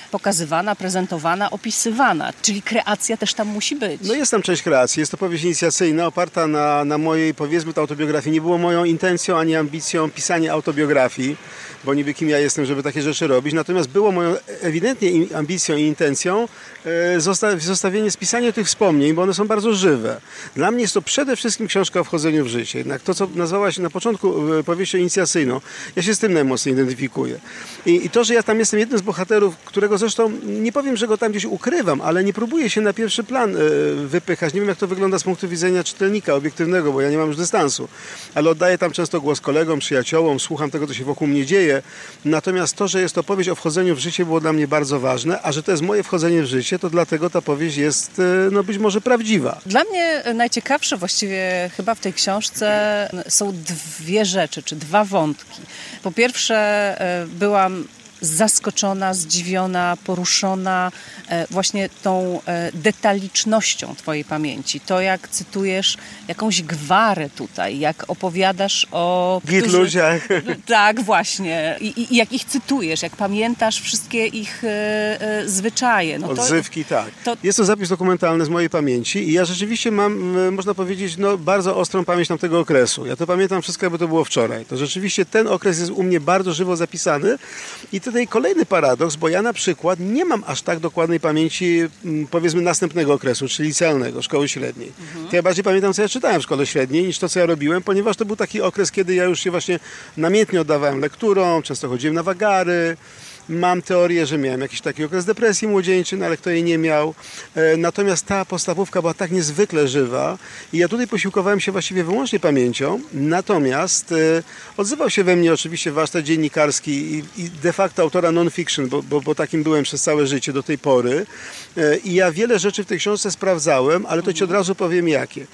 pokazywana, prezentowana, opisywana. Czyli kreacja też tam musi być. No jest tam część kreacji. Jest to powieść inicjacyjna, oparta na, na mojej, powiedzmy, to autobiografii. Nie było moją intencją ani ambicją pisanie autobiografii, bo niby kim ja jestem, żeby takie rzeczy robić. Natomiast było moją ewidentnie ambicją i intencją e, zosta- zostawienie, spisanie tych wspomnień, bo one są bardzo żywe. Dla mnie jest to przede wszystkim książka o wchodzeniu w życie. Jednak to, co nazwałaś na początku e, powieścią inicjacyjną, ja się z tym najmocniej identyfikuję. I, I to, że ja tam jestem jednym z bohaterów, którego zresztą nie powiem, że go tam gdzieś ukrywam, ale nie próbuję się na pierwszy plan e, wypychać. Nie wiem, jak to wygląda z punktu widzenia czytelnika obiektywnego, bo ja nie mam już dystansu. Ale oddaję tam często głos kolegom, przyjaciołom, słucham tego, co się wokół mnie dzieje. Natomiast to, że jest to powieść o wchodzeniu w życie, było dla mnie bardzo ważne, a że to jest moje wchodzenie w życie, to dlatego ta powieść jest, no, być może prawdziwa. Dla mnie najciekawsze właściwie chyba w tej książce są dwie rzeczy, czy dwa wątki. Po pierwsze, byłam zaskoczona, zdziwiona, poruszona właśnie tą detalicznością twojej pamięci. To, jak cytujesz jakąś gwarę tutaj, jak opowiadasz o... Git ludziach. Tak, właśnie. I, I jak ich cytujesz, jak pamiętasz wszystkie ich e, e, zwyczaje. No Odzywki, to, tak. To... Jest to zapis dokumentalny z mojej pamięci i ja rzeczywiście mam, można powiedzieć, no, bardzo ostrą pamięć tamtego okresu. Ja to pamiętam wszystko, jakby to było wczoraj. To rzeczywiście ten okres jest u mnie bardzo żywo zapisany i tutaj kolejny paradoks, bo ja na przykład nie mam aż tak dokładnej pamięci, powiedzmy, następnego okresu, czyli licealnego, szkoły średniej. Mhm. To ja bardziej pamiętam, co ja czytałem w szkole średniej, niż to, co ja robiłem, ponieważ to był taki okres, kiedy ja już się właśnie namiętnie oddawałem lekturom, często chodziłem na wagary. Mam teorię, że miałem jakiś taki okres depresji młodzieńczej, no ale kto jej nie miał. Natomiast ta podstawówka była tak niezwykle żywa i ja tutaj posiłkowałem się właściwie wyłącznie pamięcią. Natomiast odzywał się we mnie oczywiście warsztat dziennikarski i, i de facto autora non-fiction, bo, bo, bo takim byłem przez całe życie do tej pory. I ja wiele rzeczy w tej książce sprawdzałem, ale to ci od razu powiem jakie.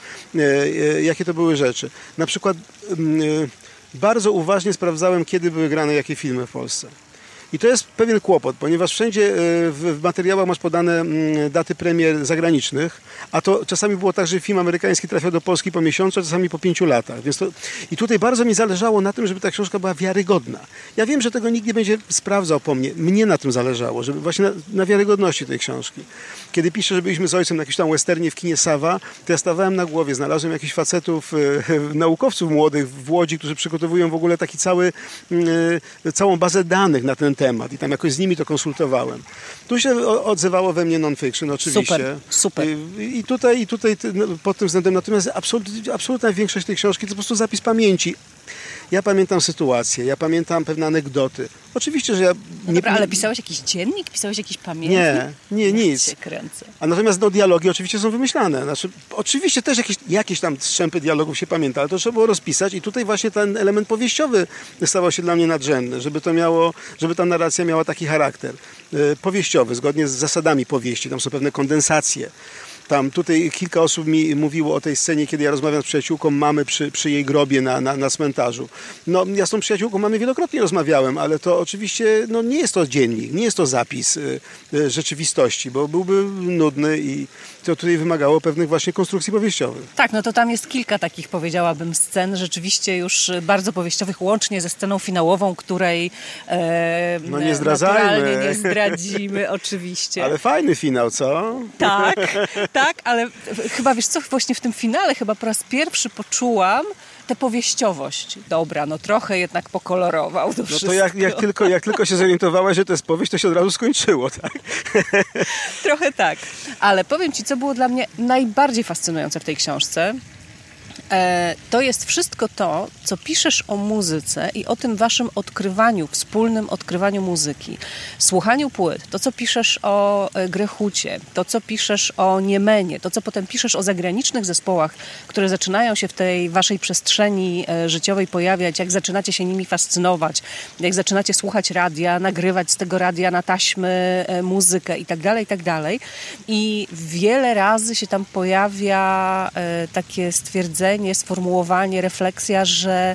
Jakie to były rzeczy. Na przykład bardzo uważnie sprawdzałem, kiedy były grane jakie filmy w Polsce. I to jest pewien kłopot, ponieważ wszędzie w materiałach masz podane daty premier zagranicznych, a to czasami było tak, że film amerykański trafiał do Polski po miesiącu, a czasami po pięciu latach. Więc to... I tutaj bardzo mi zależało na tym, żeby ta książka była wiarygodna. Ja wiem, że tego nikt nie będzie sprawdzał po mnie. Mnie na tym zależało, żeby właśnie na, na wiarygodności tej książki. Kiedy piszę, że byliśmy z ojcem na jakimś tam westernie w kinie Sawa, to ja stawałem na głowie, znalazłem jakichś facetów, e, naukowców młodych w Łodzi, którzy przygotowują w ogóle taki cały, e, całą bazę danych na ten temat i tam jakoś z nimi to konsultowałem. Tu się odzywało we mnie non-fiction oczywiście. Super, super. I, i tutaj, i tutaj pod tym względem, natomiast absolut, absolutna większość tej książki to po prostu zapis pamięci. Ja pamiętam sytuację, ja pamiętam pewne anegdoty. Oczywiście, że ja... No dobra, nie... ale pisałeś jakiś dziennik? Pisałeś jakiś pamiętnik? Nie, nie, ja nic. się kręcę. A natomiast no, dialogi oczywiście są wymyślane. Znaczy, oczywiście też jakieś, jakieś tam strzępy dialogów się pamięta, ale to trzeba było rozpisać i tutaj właśnie ten element powieściowy stawał się dla mnie nadrzędny, żeby to miało, żeby ta narracja miała taki charakter yy, powieściowy, zgodnie z zasadami powieści. Tam są pewne kondensacje. Tam tutaj kilka osób mi mówiło o tej scenie, kiedy ja rozmawiam z przyjaciółką mamy przy, przy jej grobie na, na, na cmentarzu. No, ja z tą przyjaciółką mamy wielokrotnie rozmawiałem, ale to oczywiście no, nie jest to dziennik, nie jest to zapis y, y, rzeczywistości, bo byłby nudny i to tutaj wymagało pewnych właśnie konstrukcji powieściowych. Tak, no to tam jest kilka takich, powiedziałabym, scen rzeczywiście już bardzo powieściowych, łącznie ze sceną finałową, której e, no nie zdradzajmy. Naturalnie nie zdradzimy, oczywiście. Ale fajny finał, co? Tak, tak, ale chyba, wiesz co, właśnie w tym finale chyba po raz pierwszy poczułam tę powieściowość. Dobra, no trochę jednak pokolorował to wszystko. No to jak, jak, tylko, jak tylko się zorientowałaś, że to jest powieść, to się od razu skończyło, tak? Trochę tak. Ale powiem ci, co było dla mnie najbardziej fascynujące w tej książce. To jest wszystko to, co piszesz o muzyce i o tym waszym odkrywaniu, wspólnym odkrywaniu muzyki. Słuchaniu płyt, to co piszesz o Grechucie, to co piszesz o Niemenie, to co potem piszesz o zagranicznych zespołach, które zaczynają się w tej waszej przestrzeni życiowej pojawiać, jak zaczynacie się nimi fascynować, jak zaczynacie słuchać radia, nagrywać z tego radia na taśmy muzykę i tak dalej, i tak dalej. I wiele razy się tam pojawia takie stwierdzenie, sformułowanie, refleksja, że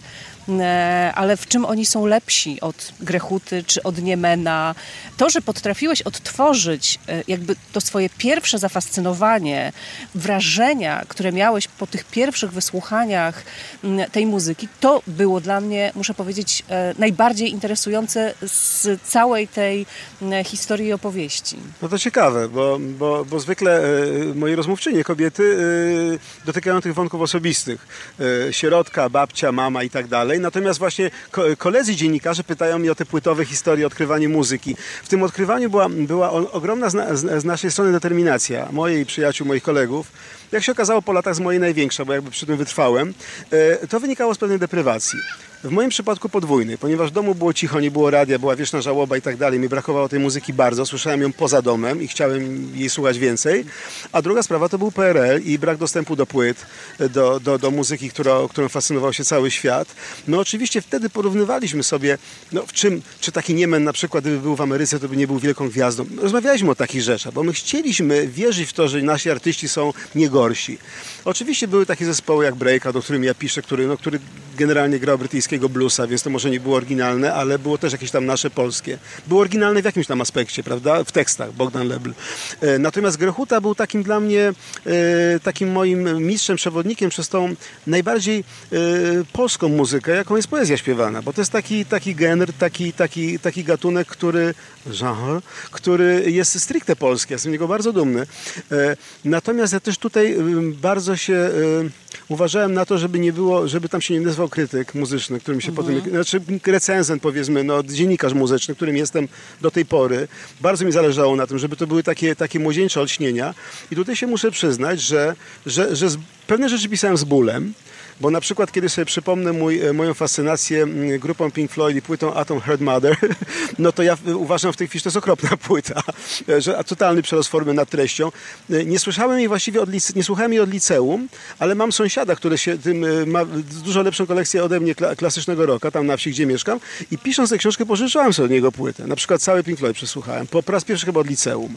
ale w czym oni są lepsi od Grechuty czy od Niemena? To, że potrafiłeś odtworzyć jakby to swoje pierwsze zafascynowanie, wrażenia, które miałeś po tych pierwszych wysłuchaniach tej muzyki, to było dla mnie, muszę powiedzieć, najbardziej interesujące z całej tej historii i opowieści. No to ciekawe, bo, bo, bo zwykle e, moje rozmówczynie, kobiety, e, dotykają tych wątków osobistych. E, sierotka, babcia, mama i tak dalej. Natomiast właśnie ko, koledzy dziennikarze pytają mnie o te płytowe historie, odkrywanie muzyki. W tym odkrywaniu była, była ogromna z, z, z naszej strony determinacja, mojej przyjaciół, moich kolegów. Jak się okazało po latach z mojej największa, bo jakby przy tym wytrwałem, e, to wynikało z pewnej deprywacji. W moim przypadku podwójnej, ponieważ w domu było cicho, nie było radia, była wieczna żałoba i tak dalej. Mi brakowało tej muzyki bardzo, słyszałem ją poza domem i chciałem jej słuchać więcej. A druga sprawa to był P R L i brak dostępu do płyt, do, do, do muzyki, która, którą fascynował się cały świat. No oczywiście wtedy porównywaliśmy sobie, no w czym, czy taki Niemen na przykład, gdyby był w Ameryce, to by nie był wielką gwiazdą. Rozmawialiśmy o takich rzeczach, bo my chcieliśmy wierzyć w to, że nasi artyści są nie gorsi. Oczywiście były takie zespoły jak Breakout, o którym ja piszę, który, no, który generalnie grał brytyjskiego bluesa, więc to może nie było oryginalne, ale było też jakieś tam nasze polskie. Było oryginalne w jakimś tam aspekcie, prawda? W tekstach, Bogdan Lebl. E, natomiast Grechuta był takim dla mnie, e, takim moim mistrzem, przewodnikiem przez tą najbardziej e, polską muzykę, jaką jest poezja śpiewana, bo to jest taki, taki genr, taki, taki, taki gatunek, który, genre, który jest stricte polski. Ja jestem z niego bardzo dumny. E, natomiast ja też tutaj e, bardzo się e, uważałem na to, żeby nie było, żeby tam się nie nazywał krytyk muzyczny, którym się mhm. potem, znaczy recenzent powiedzmy, no, dziennikarz muzyczny, którym jestem do tej pory. Bardzo mi zależało na tym, żeby to były takie, takie młodzieńcze olśnienia. I tutaj się muszę przyznać, że, że, że pewne rzeczy pisałem z bólem. Bo na przykład, kiedy sobie przypomnę mój, moją fascynację grupą Pink Floyd i płytą Atom Heart Mother, no to ja uważam w tej chwili, że to jest okropna płyta, że totalny przerost formy nad treścią. Nie słyszałem jej właściwie od lice, nie słuchałem jej od liceum, ale mam sąsiada, który się tym ma dużo lepszą kolekcję ode mnie klasycznego rocka, tam na wsi, gdzie mieszkam, i pisząc tę książkę pożyczałem sobie od niego płytę. Na przykład cały Pink Floyd przesłuchałem, po, po raz pierwszy chyba od liceum.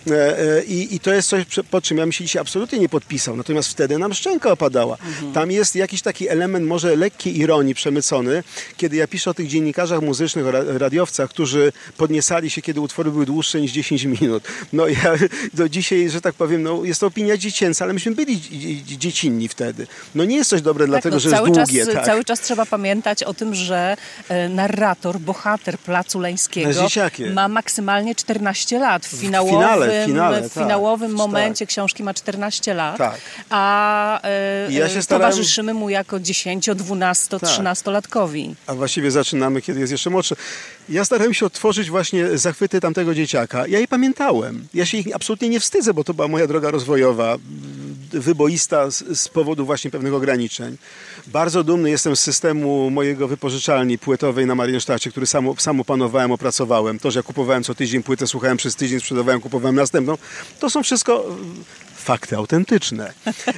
I, i to jest coś, pod czym ja bym się dzisiaj absolutnie nie podpisał. Natomiast wtedy nam szczęka opadała. Mhm. Tam jest jakiś taki element może lekkiej ironii przemycony, kiedy ja piszę o tych dziennikarzach muzycznych, o radiowcach, którzy podniecali się, kiedy utwory były dłuższe niż dziesięć minut. No ja do dzisiaj, że tak powiem, no jest to opinia dziecięca, ale myśmy byli dziecinni wtedy. No nie jest coś dobre tak, dlatego, no, że jest długie. Czas, tak. Cały czas trzeba pamiętać o tym, że narrator, bohater Placu Leńskiego ma maksymalnie czternaście lat. W finałowym, w finale, w finale, w finałowym tak. momencie tak. książki ma czternaście lat, tak. a e, ja się starałem... towarzyszymy mu jako dziesięcio, dwunasto, trzynastolatkowi. A właściwie zaczynamy, kiedy jest jeszcze młodszy. Ja starałem się odtworzyć właśnie zachwyty tamtego dzieciaka. Ja je pamiętałem. Ja się ich absolutnie nie wstydzę, bo to była moja droga rozwojowa, wyboista z, z powodu właśnie pewnych ograniczeń. Bardzo dumny jestem z systemu mojego wypożyczalni płytowej na Mariensztacie, który sam, sam opanowałem, opracowałem. To, że ja kupowałem co tydzień płytę, słuchałem przez tydzień, sprzedawałem, kupowałem następną. To są wszystko fakty autentyczne.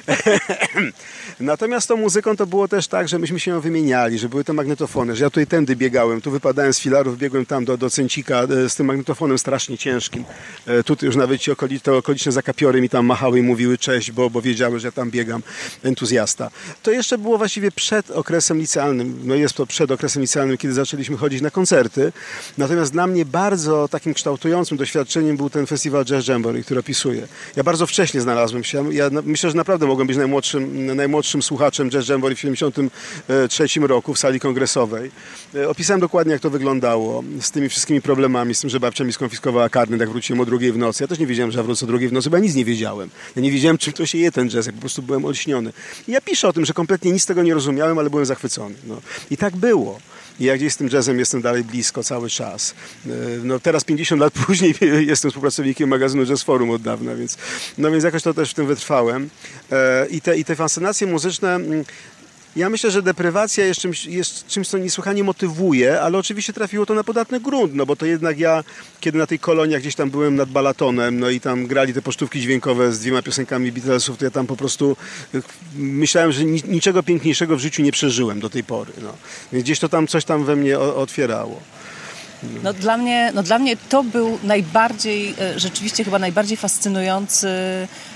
Natomiast tą muzyką to było też tak, że myśmy się ją wymieniali, że były to magnetofony, że ja tutaj tędy biegałem, tu wypadałem z filarów, biegłem tam do, do Cęcika z tym magnetofonem strasznie ciężkim. Tutaj już nawet ci okoli, te okoliczne zakapiory mi tam machały i mówiły cześć, bo, bo wiedziały, że ja tam biegam, entuzjasta. To jeszcze było właściwie przed okresem licealnym, no jest to przed okresem licealnym, kiedy zaczęliśmy chodzić na koncerty. Natomiast dla mnie bardzo takim kształtującym doświadczeniem był ten festiwal Jazz Jamboree, który opisuję. Ja bardzo wcześnie znalazłem się, ja myślę, że naprawdę mogłem być najmłodszym, najmłodszym słuchaczem Jazz Jamboree w siedemdziesiątym trzecim roku w sali kongresowej. Opisałem dokładnie, jak to wyglądało, z tymi wszystkimi problemami, z tym, że babcia mi skonfiskowała karnet, jak wróciłem o drugiej w nocy. Ja też nie wiedziałem, że ja wrócę o drugiej w nocy, bo ja nic nie wiedziałem. Ja nie wiedziałem, czym to się je ten jazz, ja po prostu byłem olśniony. I ja piszę o tym, że kompletnie nic z tego nie rozumiałem, ale byłem zachwycony. No. I tak było. I jak gdzieś z tym jazzem jestem dalej blisko cały czas. No teraz pięćdziesiąt lat później jestem współpracownikiem magazynu Jazz Forum od dawna, więc, no więc jakoś to też w tym wytrwałem. I te, i te fascynacje muzyczne, ja myślę, że deprywacja jest czymś, jest czymś, co niesłychanie motywuje, ale oczywiście trafiło to na podatny grunt, no bo to jednak ja, kiedy na tej kolonii gdzieś tam byłem nad Balatonem, no i tam grali te pocztówki dźwiękowe z dwiema piosenkami Beatlesów, to ja tam po prostu myślałem, że niczego piękniejszego w życiu nie przeżyłem do tej pory. No. Więc gdzieś to tam coś tam we mnie otwierało. No dla mnie, no dla mnie to był najbardziej, rzeczywiście chyba najbardziej fascynujący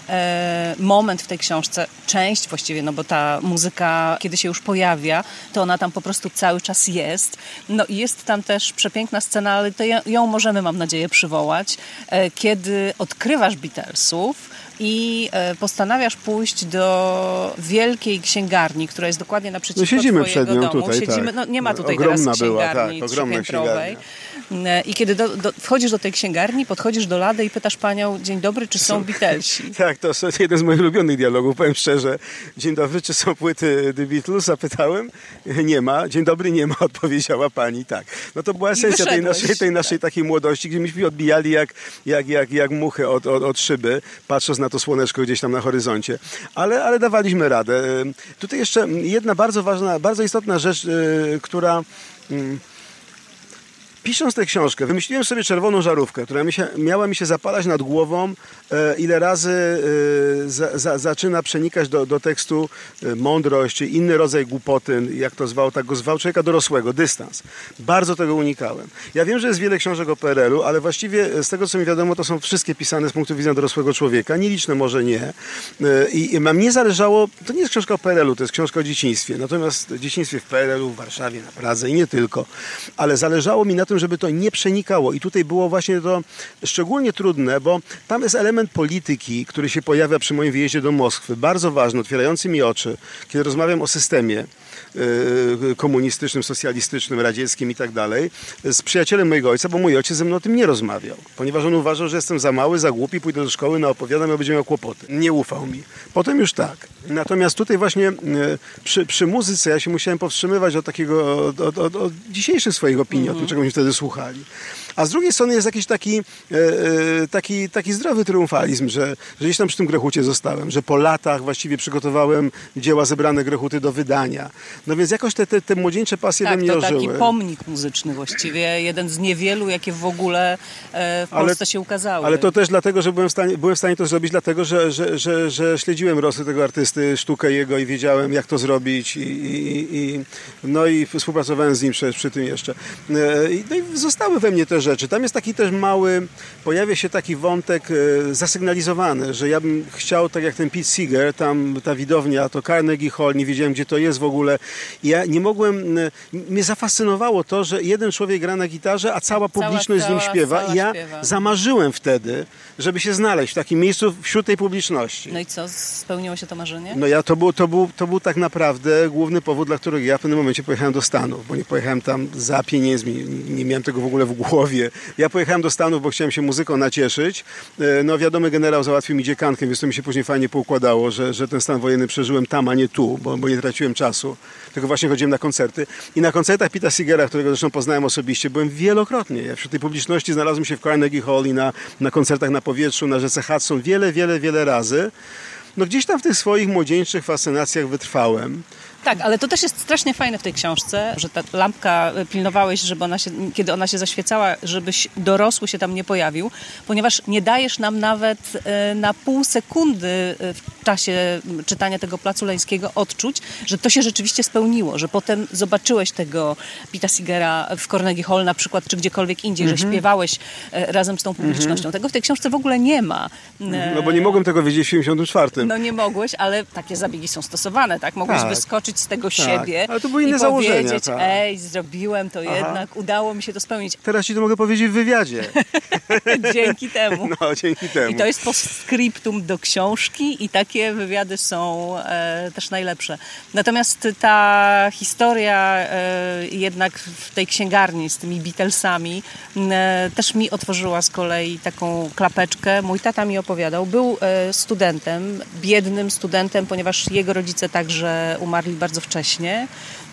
e, moment w tej książce, część właściwie, no bo ta muzyka, kiedy się już pojawia, to ona tam po prostu cały czas jest. No i jest tam też przepiękna scena, ale to ją możemy, mam nadzieję, przywołać, e, kiedy odkrywasz Beatlesów i postanawiasz pójść do wielkiej księgarni, która jest dokładnie naprzeciwko no siedzimy twojego przed nią domu. Tutaj, siedzimy, tak. no nie ma tutaj ogromna teraz księgarni była, tak, ogromna trzypiętrowej. księgarnia. I kiedy do, do, wchodzisz do tej księgarni, podchodzisz do lady i pytasz panią, dzień dobry, czy są Beatlesi? Tak, to jest jeden z moich ulubionych dialogów, powiem szczerze. Dzień dobry, czy są płyty The Beatles? Zapytałem. Nie ma. Dzień dobry, nie ma, odpowiedziała pani. Tak. No to była esencja tej naszej, tej naszej takiej młodości, gdzie myśmy odbijali jak, jak, jak, jak muchy od, od, od szyby, patrząc na to słoneczko gdzieś tam na horyzoncie. Ale, ale dawaliśmy radę. Tutaj jeszcze jedna bardzo ważna, bardzo istotna rzecz, która... Pisząc tę książkę, wymyśliłem sobie czerwoną żarówkę, która mi się, miała mi się zapalać nad głową, e, ile razy e, za, za, zaczyna przenikać do, do tekstu e, mądrość, czy inny rodzaj głupoty, jak to zwał, tak go zwał, człowieka dorosłego, dystans. Bardzo tego unikałem. Ja wiem, że jest wiele książek o P R L u, ale właściwie z tego, co mi wiadomo, to są wszystkie pisane z punktu widzenia dorosłego człowieka, nieliczne może nie. E, I mam nie zależało, to nie jest książka o P R L u, to jest książka o dzieciństwie, natomiast dzieciństwie w P R L u, w Warszawie, na Pradze i nie tylko, ale zależało mi na tym, żeby to nie przenikało. I tutaj było właśnie to szczególnie trudne, bo tam jest element polityki, który się pojawia przy moim wyjeździe do Moskwy. Bardzo ważny, otwierający mi oczy, kiedy rozmawiam o systemie yy, komunistycznym, socjalistycznym, radzieckim i tak dalej, z przyjacielem mojego ojca, bo mój ojciec ze mną o tym nie rozmawiał, ponieważ on uważał, że jestem za mały, za głupi, pójdę do szkoły, naopowiadam, a będzie miał kłopoty. Nie ufał mi. Potem już tak. Natomiast tutaj właśnie yy, przy, przy muzyce ja się musiałem powstrzymywać od takiego, od, od, od, od dzisiejszych swoich opinii, mm-hmm. o tym, czego mi wtedy słuchali. A z drugiej strony jest jakiś taki, e, taki, taki zdrowy triumfalizm, że, że gdzieś tam przy tym Grechucie zostałem, że po latach właściwie przygotowałem dzieła zebrane Grechuty do wydania. No więc jakoś te, te, te młodzieńcze pasje tak, we mnie ożyły. Tak, to taki pomnik muzyczny właściwie, jeden z niewielu, jakie w ogóle e, w Polsce ale, się ukazały. Ale to też dlatego, że byłem w stanie, byłem w stanie to zrobić, dlatego, że, że, że, że śledziłem losy tego artysty, sztukę jego i wiedziałem, jak to zrobić i, i, i, no i współpracowałem z nim przy, przy tym jeszcze. E, no i zostały we mnie te rzeczy. Tam jest taki też mały, pojawia się taki wątek e, zasygnalizowany, że ja bym chciał, tak jak ten Pete Seeger, tam ta widownia, to Carnegie Hall, nie wiedziałem, gdzie to jest w ogóle. I ja nie mogłem, e, mnie zafascynowało to, że jeden człowiek gra na gitarze, a cała publiczność cała, z nim cała, śpiewa. I ja śpiewa. zamarzyłem wtedy, żeby się znaleźć w takim miejscu wśród tej publiczności. No i co, spełniło się to marzenie? No ja, to był, to był, to był tak naprawdę główny powód, dla którego ja w pewnym momencie pojechałem do Stanów, bo nie pojechałem tam za pieniędzmi, nie miałem tego w ogóle w głowie. Ja pojechałem do Stanów, bo chciałem się muzyką nacieszyć. No wiadomy generał załatwił mi dziekankę, więc to mi się później fajnie poukładało, że, że ten stan wojenny przeżyłem tam, a nie tu, bo, bo nie traciłem czasu. Tylko właśnie chodziłem na koncerty. I na koncertach Pita Seegera, którego zresztą poznałem osobiście, byłem wielokrotnie. Ja wśród tej publiczności znalazłem się w Carnegie Hall i na, na koncertach na powietrzu, na rzece Hudson wiele, wiele, wiele razy. No gdzieś tam w tych swoich młodzieńczych fascynacjach wytrwałem. Tak, ale to też jest strasznie fajne w tej książce, że ta lampka pilnowałeś, żeby ona się, kiedy ona się zaświecała, żebyś dorosły się tam nie pojawił, ponieważ nie dajesz nam nawet na pół sekundy w czasie czytania tego Placu Leńskiego odczuć, że to się rzeczywiście spełniło, że potem zobaczyłeś tego Pita Seegera w Carnegie Hall na przykład, czy gdziekolwiek indziej, mm-hmm. że śpiewałeś razem z tą publicznością. Mm-hmm. Tego w tej książce w ogóle nie ma. No bo nie mogłem tego wiedzieć w siedemdziesiątym czwartym. No nie mogłeś, ale takie zabiegi są stosowane, tak? Mogłeś tak. wyskoczyć z tego tak, siebie ale to były inne i założenia, powiedzieć, tak. ej, zrobiłem to Aha. jednak, udało mi się to spełnić. Teraz ci to mogę powiedzieć w wywiadzie. Dzięki temu. No, dzięki temu. I to jest postscriptum do książki i takie wywiady są e, też najlepsze. Natomiast ta historia e, jednak w tej księgarni z tymi Beatlesami e, też mi otworzyła z kolei taką klapeczkę. Mój tata mi opowiadał, był e, studentem, biednym studentem, ponieważ jego rodzice także umarli bardzo wcześnie,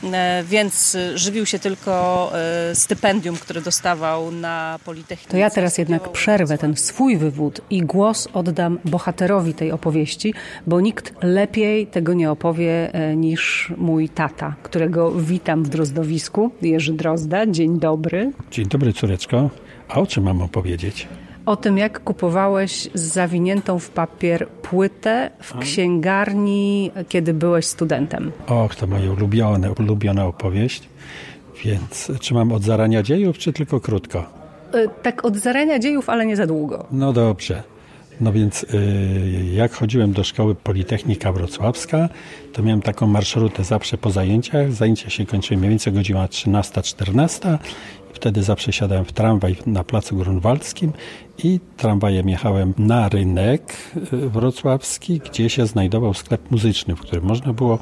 więc żywił się tylko stypendium, które dostawał na Politechnice. To ja teraz jednak przerwę ten swój wywód i głos oddam bohaterowi tej opowieści, bo nikt lepiej tego nie opowie niż mój tata, którego witam w Drozdowisku. Jerzy Drozda, dzień dobry. Dzień dobry, córeczko. A o czym mam opowiedzieć? O tym, jak kupowałeś zawiniętą w papier płytę w księgarni, kiedy byłeś studentem. Och, to moja ulubiona, ulubiona opowieść. Więc czy mam od zarania dziejów, czy tylko krótko? Tak od zarania dziejów, ale nie za długo. No dobrze. No więc jak chodziłem do szkoły Politechnika Wrocławska, to miałem taką marszrutę zawsze po zajęciach. Zajęcia się kończyły mniej więcej godzina trzynasta czternasta. Wtedy zawsze siadałem w tramwaj na Placu Grunwaldzkim i tramwajem jechałem na rynek wrocławski, gdzie się znajdował sklep muzyczny, w którym można było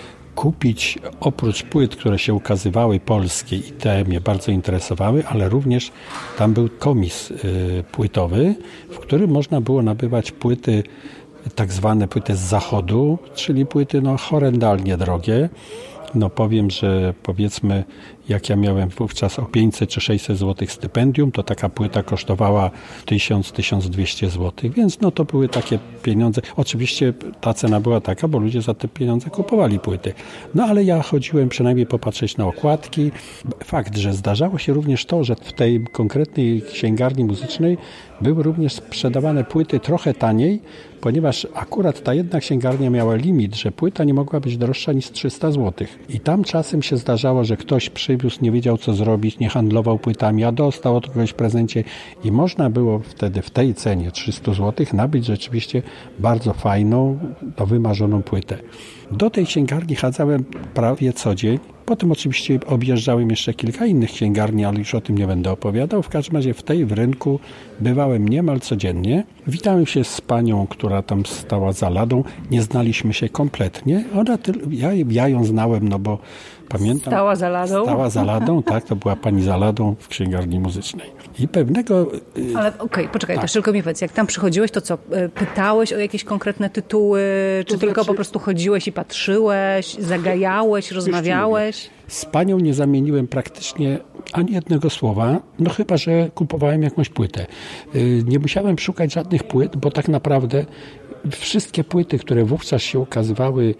kupić oprócz płyt, które się ukazywały polskie i te mnie bardzo interesowały, ale również tam był komis płytowy, w którym można było nabywać płyty, tak zwane płyty z zachodu, czyli płyty no horrendalnie drogie. No powiem, że powiedzmy, jak ja miałem wówczas o pięćset czy sześćset złotych stypendium, to taka płyta kosztowała tysiąc do tysiąca dwustu złotych, więc no to były takie pieniądze. Oczywiście ta cena była taka, bo ludzie za te pieniądze kupowali płyty. No ale ja chodziłem przynajmniej popatrzeć na okładki. Fakt, że zdarzało się również to, że w tej konkretnej księgarni muzycznej były również sprzedawane płyty trochę taniej, ponieważ akurat ta jedna księgarnia miała limit, że płyta nie mogła być droższa niż trzysta złotych. I tam czasem się zdarzało, że ktoś przywiózł, nie wiedział co zrobić, nie handlował płytami, a dostał od kogoś w prezencie i można było wtedy w tej cenie trzysta złotych nabyć rzeczywiście bardzo fajną, no, wymarzoną płytę. Do tej księgarni chadzałem prawie co dzień. Potem oczywiście objeżdżałem jeszcze kilka innych księgarni, ale już o tym nie będę opowiadał. W każdym razie w tej w rynku bywałem niemal codziennie. Witałem się z panią, która tam stała za ladą. Nie znaliśmy się kompletnie. Ona tyl- ja, ja ją znałem, no bo pamiętam... Stała za ladą? Stała za ladą, tak. To była pani za ladą w księgarni muzycznej. I pewnego... Ale okej, okay, poczekaj, tak. To tylko mi powiedz, jak tam przychodziłeś, to co, pytałeś o jakieś konkretne tytuły, czy to tylko znaczy... po prostu chodziłeś i patrzyłeś, zagajałeś, rozmawiałeś? Z panią nie zamieniłem praktycznie ani jednego słowa, no chyba że kupowałem jakąś płytę. Nie musiałem szukać żadnych płyt, bo tak naprawdę wszystkie płyty, które wówczas się ukazywały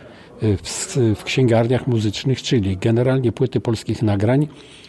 w, w księgarniach muzycznych, czyli generalnie płyty polskich nagrań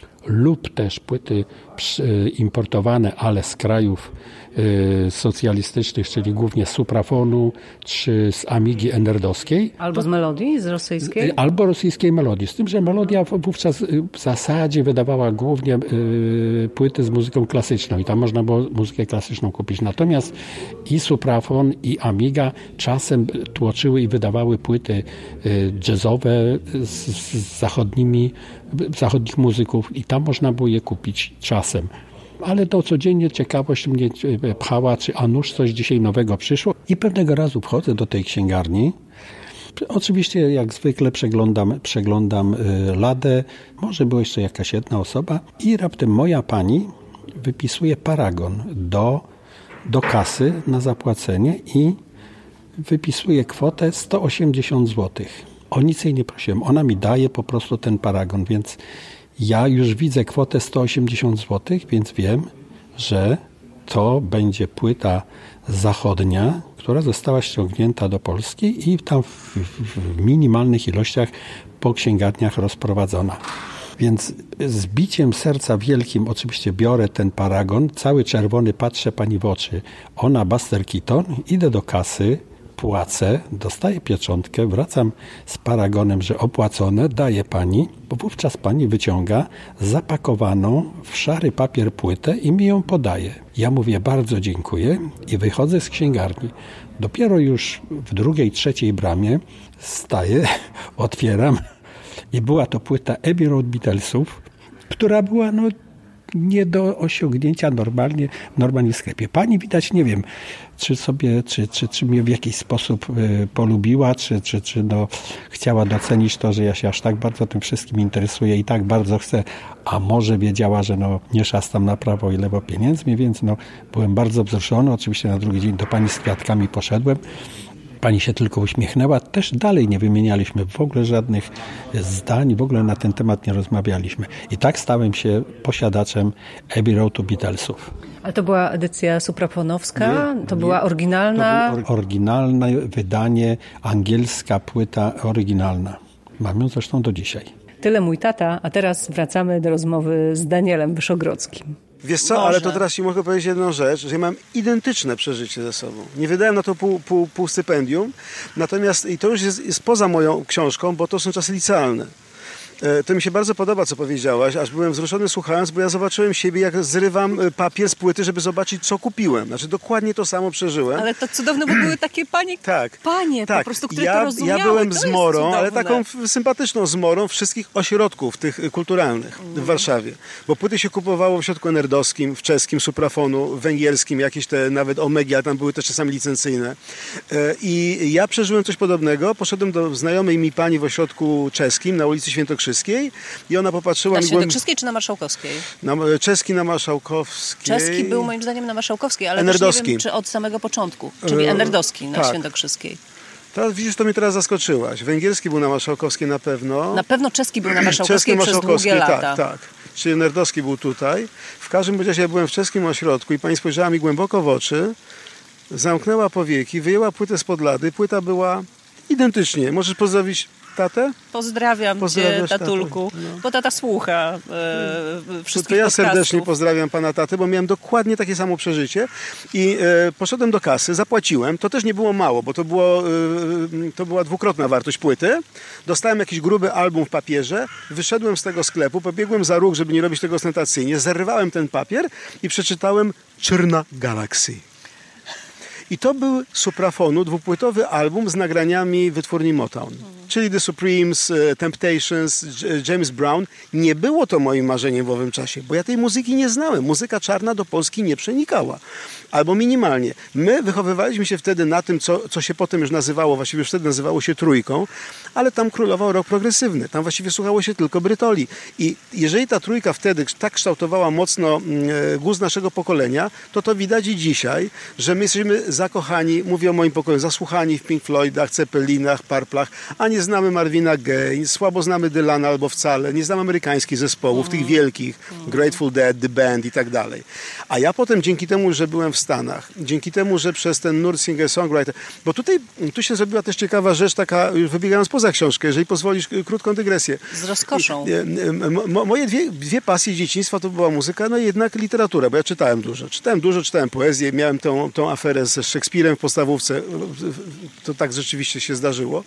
lub też płyty importowane, ale z krajów socjalistycznych, czyli głównie z Suprafonu czy z Amigi enerdowskiej. Albo z Melodii, z rosyjskiej? Albo rosyjskiej Melodii. Z tym, że Melodia wówczas w zasadzie wydawała głównie płyty z muzyką klasyczną i tam można było muzykę klasyczną kupić. Natomiast i Suprafon, i Amiga czasem tłoczyły i wydawały płyty jazzowe z, z zachodnimi, zachodnich muzyków i tam można było je kupić czasem. Ale to codziennie ciekawość mnie pchała, czy a nuż coś dzisiaj nowego przyszło. I pewnego razu wchodzę do tej księgarni. Oczywiście jak zwykle przeglądam, przeglądam ladę. Może była jeszcze jakaś jedna osoba. I raptem moja pani wypisuje paragon do, do kasy na zapłacenie i wypisuje kwotę sto osiemdziesiąt złotych. O nic jej nie prosiłem. Ona mi daje po prostu ten paragon, więc ja już widzę kwotę sto osiemdziesiąt złotych, więc wiem, że to będzie płyta zachodnia, która została ściągnięta do Polski i tam w, w minimalnych ilościach po księgarniach rozprowadzona. Więc z biciem serca wielkim oczywiście biorę ten paragon, cały czerwony, patrzę pani w oczy. Ona Buster Keaton, idę do kasy, płacę, dostaję pieczątkę, wracam z paragonem, że opłacone, daję pani, bo wówczas pani wyciąga zapakowaną w szary papier płytę i mi ją podaje. Ja mówię bardzo dziękuję i wychodzę z księgarni. Dopiero już w drugiej, trzeciej bramie staję, otwieram i była to płyta Abbey Road Beatlesów, która była no nie do osiągnięcia normalnie, normalnie w sklepie. Pani widać, nie wiem, czy sobie, czy, czy, czy mnie w jakiś sposób y, polubiła, czy, czy, czy no, chciała docenić to, że ja się aż tak bardzo tym wszystkim interesuję i tak bardzo chcę, a może wiedziała, że no, nie szastam na prawo i lewo pieniędzmi, więc no, byłem bardzo wzruszony. Oczywiście na drugi dzień do pani z kwiatkami poszedłem. Pani się tylko uśmiechnęła. Też dalej nie wymienialiśmy w ogóle żadnych zdań, w ogóle na ten temat nie rozmawialiśmy. I tak stałem się posiadaczem Abbey Road Beatlesów. Ale to była edycja suprafonowska? Nie, to nie, była oryginalna? To było oryginalne wydanie, angielska płyta oryginalna. Mam ją zresztą do dzisiaj. Tyle mój tata, a teraz wracamy do rozmowy z Danielem Wyszogrodzkim. Wiesz co, Może. ale to teraz ci mogę powiedzieć jedną rzecz, że ja mam identyczne przeżycie ze sobą. Nie wydałem na to pół, pół, pół stypendium, natomiast i to już jest, jest poza moją książką, bo to są czasy licealne. To mi się bardzo podoba, co powiedziałaś, aż byłem wzruszony słuchając, bo ja zobaczyłem siebie, jak zrywam papier z płyty, żeby zobaczyć, co kupiłem. Znaczy dokładnie to samo przeżyłem. Ale to cudowne, bo były takie panie, tak, panie tak. po prostu, które ja, to rozumiały. Ja byłem to zmorą, ale taką sympatyczną zmorą wszystkich ośrodków tych kulturalnych mm. w Warszawie. Bo płyty się kupowało w ośrodku enerdowskim, w czeskim, Suprafonu, węgierskim, jakieś te nawet Omegi, ale tam były też czasami licencyjne. I ja przeżyłem coś podobnego. Poszedłem do znajomej mi pani w ośrodku czeskim na ulicy Świętokrzyskiej i ona popatrzyła... Na Świętokrzyskiej czy na Marszałkowskiej? Na, czeski na Marszałkowskiej. Czeski był moim zdaniem na Marszałkowskiej, ale Enerdowski. też nie wiem, czy od samego początku. Czyli Enerdowski na tak. Świętokrzyskiej. To, widzisz, to mnie teraz zaskoczyłaś. Węgierski był na Marszałkowskiej na pewno. Na pewno czeski był na Marszałkowskiej przez długie lata. Tak, tak. Czyli Enerdowski był tutaj. W każdym razie ja byłem w czeskim ośrodku i pani spojrzała mi głęboko w oczy, zamknęła powieki, wyjęła płytę spod lady. Płyta była identycznie. Możesz pozdrowić tatę? Pozdrawiam cię, tatulku, no. Bo tata słucha e, wszystkich To ja podcastów. serdecznie pozdrawiam pana tatę, bo miałem dokładnie takie samo przeżycie i e, poszedłem do kasy, zapłaciłem, to też nie było mało, bo to, było, e, to była dwukrotna wartość płyty. Dostałem jakiś gruby album w papierze, wyszedłem z tego sklepu, pobiegłem za róg, żeby nie robić tego ostentacyjnie, zerwałem ten papier i przeczytałem Czerna Galaxy. I to był Suprafonu, dwupłytowy album z nagraniami wytwórni Motown. Czyli The Supremes, Temptations, James Brown. Nie było to moim marzeniem w owym czasie, bo ja tej muzyki nie znałem. Muzyka czarna do Polski nie przenikała. Albo minimalnie. My wychowywaliśmy się wtedy na tym, co, co się potem już nazywało, właściwie już wtedy nazywało się trójką, ale tam królował rock progresywny. Tam właściwie słuchało się tylko Brytoli. I jeżeli ta trójka wtedy tak kształtowała mocno gust naszego pokolenia, to to widać i dzisiaj, że my jesteśmy zakochani, mówię o moim pokoleniu, zasłuchani w Pink Floydach, Ceppelinach, Purplach, a nie znamy Marvina Gaye, słabo znamy Dylana albo wcale, nie znamy amerykańskich zespołów, mm. tych wielkich, mm. Grateful Dead, The Band i tak dalej. A ja potem dzięki temu, że byłem w Stanach, dzięki temu, że przez ten nurt singer-songwriter, bo tutaj tu się zrobiła też ciekawa rzecz, taka już wybiegając poza książkę, jeżeli pozwolisz krótką dygresję. Z rozkoszą. Moje dwie, dwie pasje dzieciństwa to była muzyka, no i jednak literatura, bo ja czytałem dużo. Czytałem dużo, czytałem poezję, miałem tą, tą aferę ze Szekspirem w podstawówce. To tak rzeczywiście się zdarzyło.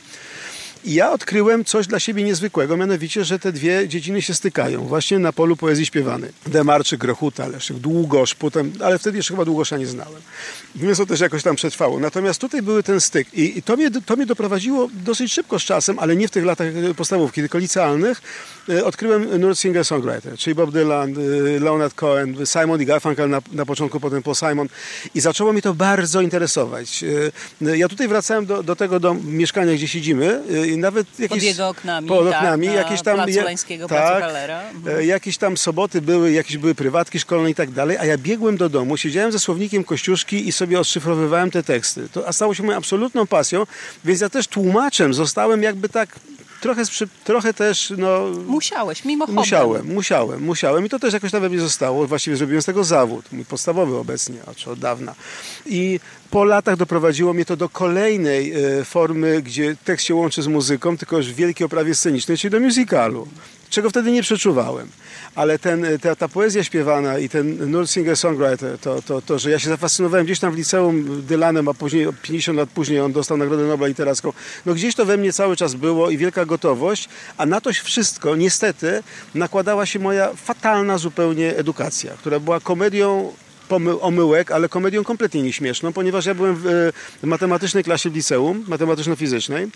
I ja odkryłem coś dla siebie niezwykłego, mianowicie, że te dwie dziedziny się stykają. Właśnie na polu poezji śpiewanej. Demarczyk, Grochuta, Leszek, Długosz, potem, ale wtedy jeszcze chyba Długosza nie znałem. Więc to też jakoś tam przetrwało. Natomiast tutaj był ten styk. I, i to, mnie, to mnie doprowadziło dosyć szybko z czasem, ale nie w tych latach podstawówki, tylko licealnych. E, odkryłem nurt singer-songwriter, czyli Bob Dylan, e, Leonard Cohen, Simon i Garfunkel na, na początku, potem Paul Simon. I zaczęło mnie to bardzo interesować. E, ja tutaj wracałem do, do tego do mieszkania, gdzie siedzimy. E, nawet jakieś, pod jego oknami, pod tak, oknami na jakieś tam, placu Lańskiego, tak, placu Hallera. Mhm. Jakieś tam soboty były, jakieś były prywatki szkolne i tak dalej, a ja biegłem do domu, siedziałem ze słownikiem Kościuszki i sobie odszyfrowywałem te teksty. To stało się moją absolutną pasją, więc ja też tłumaczem zostałem jakby tak trochę, trochę też, no... Musiałeś, mimochodem. Musiałem, musiałem, musiałem i to też jakoś tam we mnie zostało. Właściwie zrobiłem z tego zawód, mój podstawowy obecnie, znaczy od dawna. I po latach doprowadziło mnie to do kolejnej e, formy, gdzie tekst się łączy z muzyką, tylko już w wielkiej oprawie scenicznej, czyli do musicalu, czego wtedy nie przeczuwałem. Ale ten, ta, ta poezja śpiewana i ten nurt singer-songwriter, to, to, to, że ja się zafascynowałem gdzieś tam w liceum Dylanem, a później, pięćdziesiąt lat później on dostał Nagrodę Nobla Literacką, no gdzieś to we mnie cały czas było i wielka gotowość, a na to wszystko niestety nakładała się moja fatalna zupełnie edukacja, która była komedią omyłek, ale komedią kompletnie nieśmieszną, ponieważ ja byłem w, w matematycznej klasie w liceum, matematyczno-fizycznej.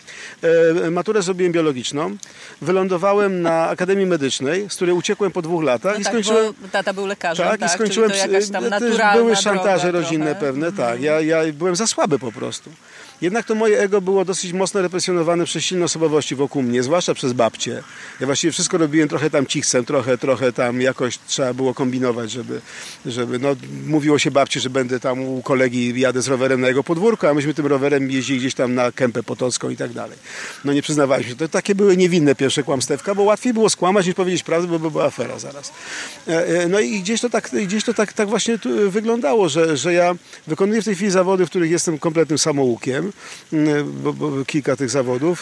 E, maturę zrobiłem biologiczną. Wylądowałem na Akademii Medycznej, z której uciekłem po dwóch latach. No i tak, skończyłem, bo tata był lekarzem, tak, tak? i skończyłem, Czyli to jakaś tam naturalna też były szantaże droga rodzinne trochę. pewne, tak. Ja, ja byłem za słaby po prostu. Jednak to moje ego było dosyć mocno represjonowane przez silne osobowości wokół mnie, zwłaszcza przez babcię. Ja właściwie wszystko robiłem trochę tam cichcem, trochę, trochę tam jakoś trzeba było kombinować, żeby, żeby no, mówiło się babci, że będę tam u kolegi, jadę z rowerem na jego podwórko, a myśmy tym rowerem jeździli gdzieś tam na Kępę Potocką i tak dalej. No nie przyznawaliśmy się. To takie były niewinne pierwsze kłamstewka, bo łatwiej było skłamać niż powiedzieć prawdę, bo by była afera zaraz. No i gdzieś to tak, gdzieś to tak, tak właśnie wyglądało, że, że ja wykonuję w tej chwili zawody, w których jestem kompletnym samoukiem. uczyłem, bo, bo kilka tych zawodów.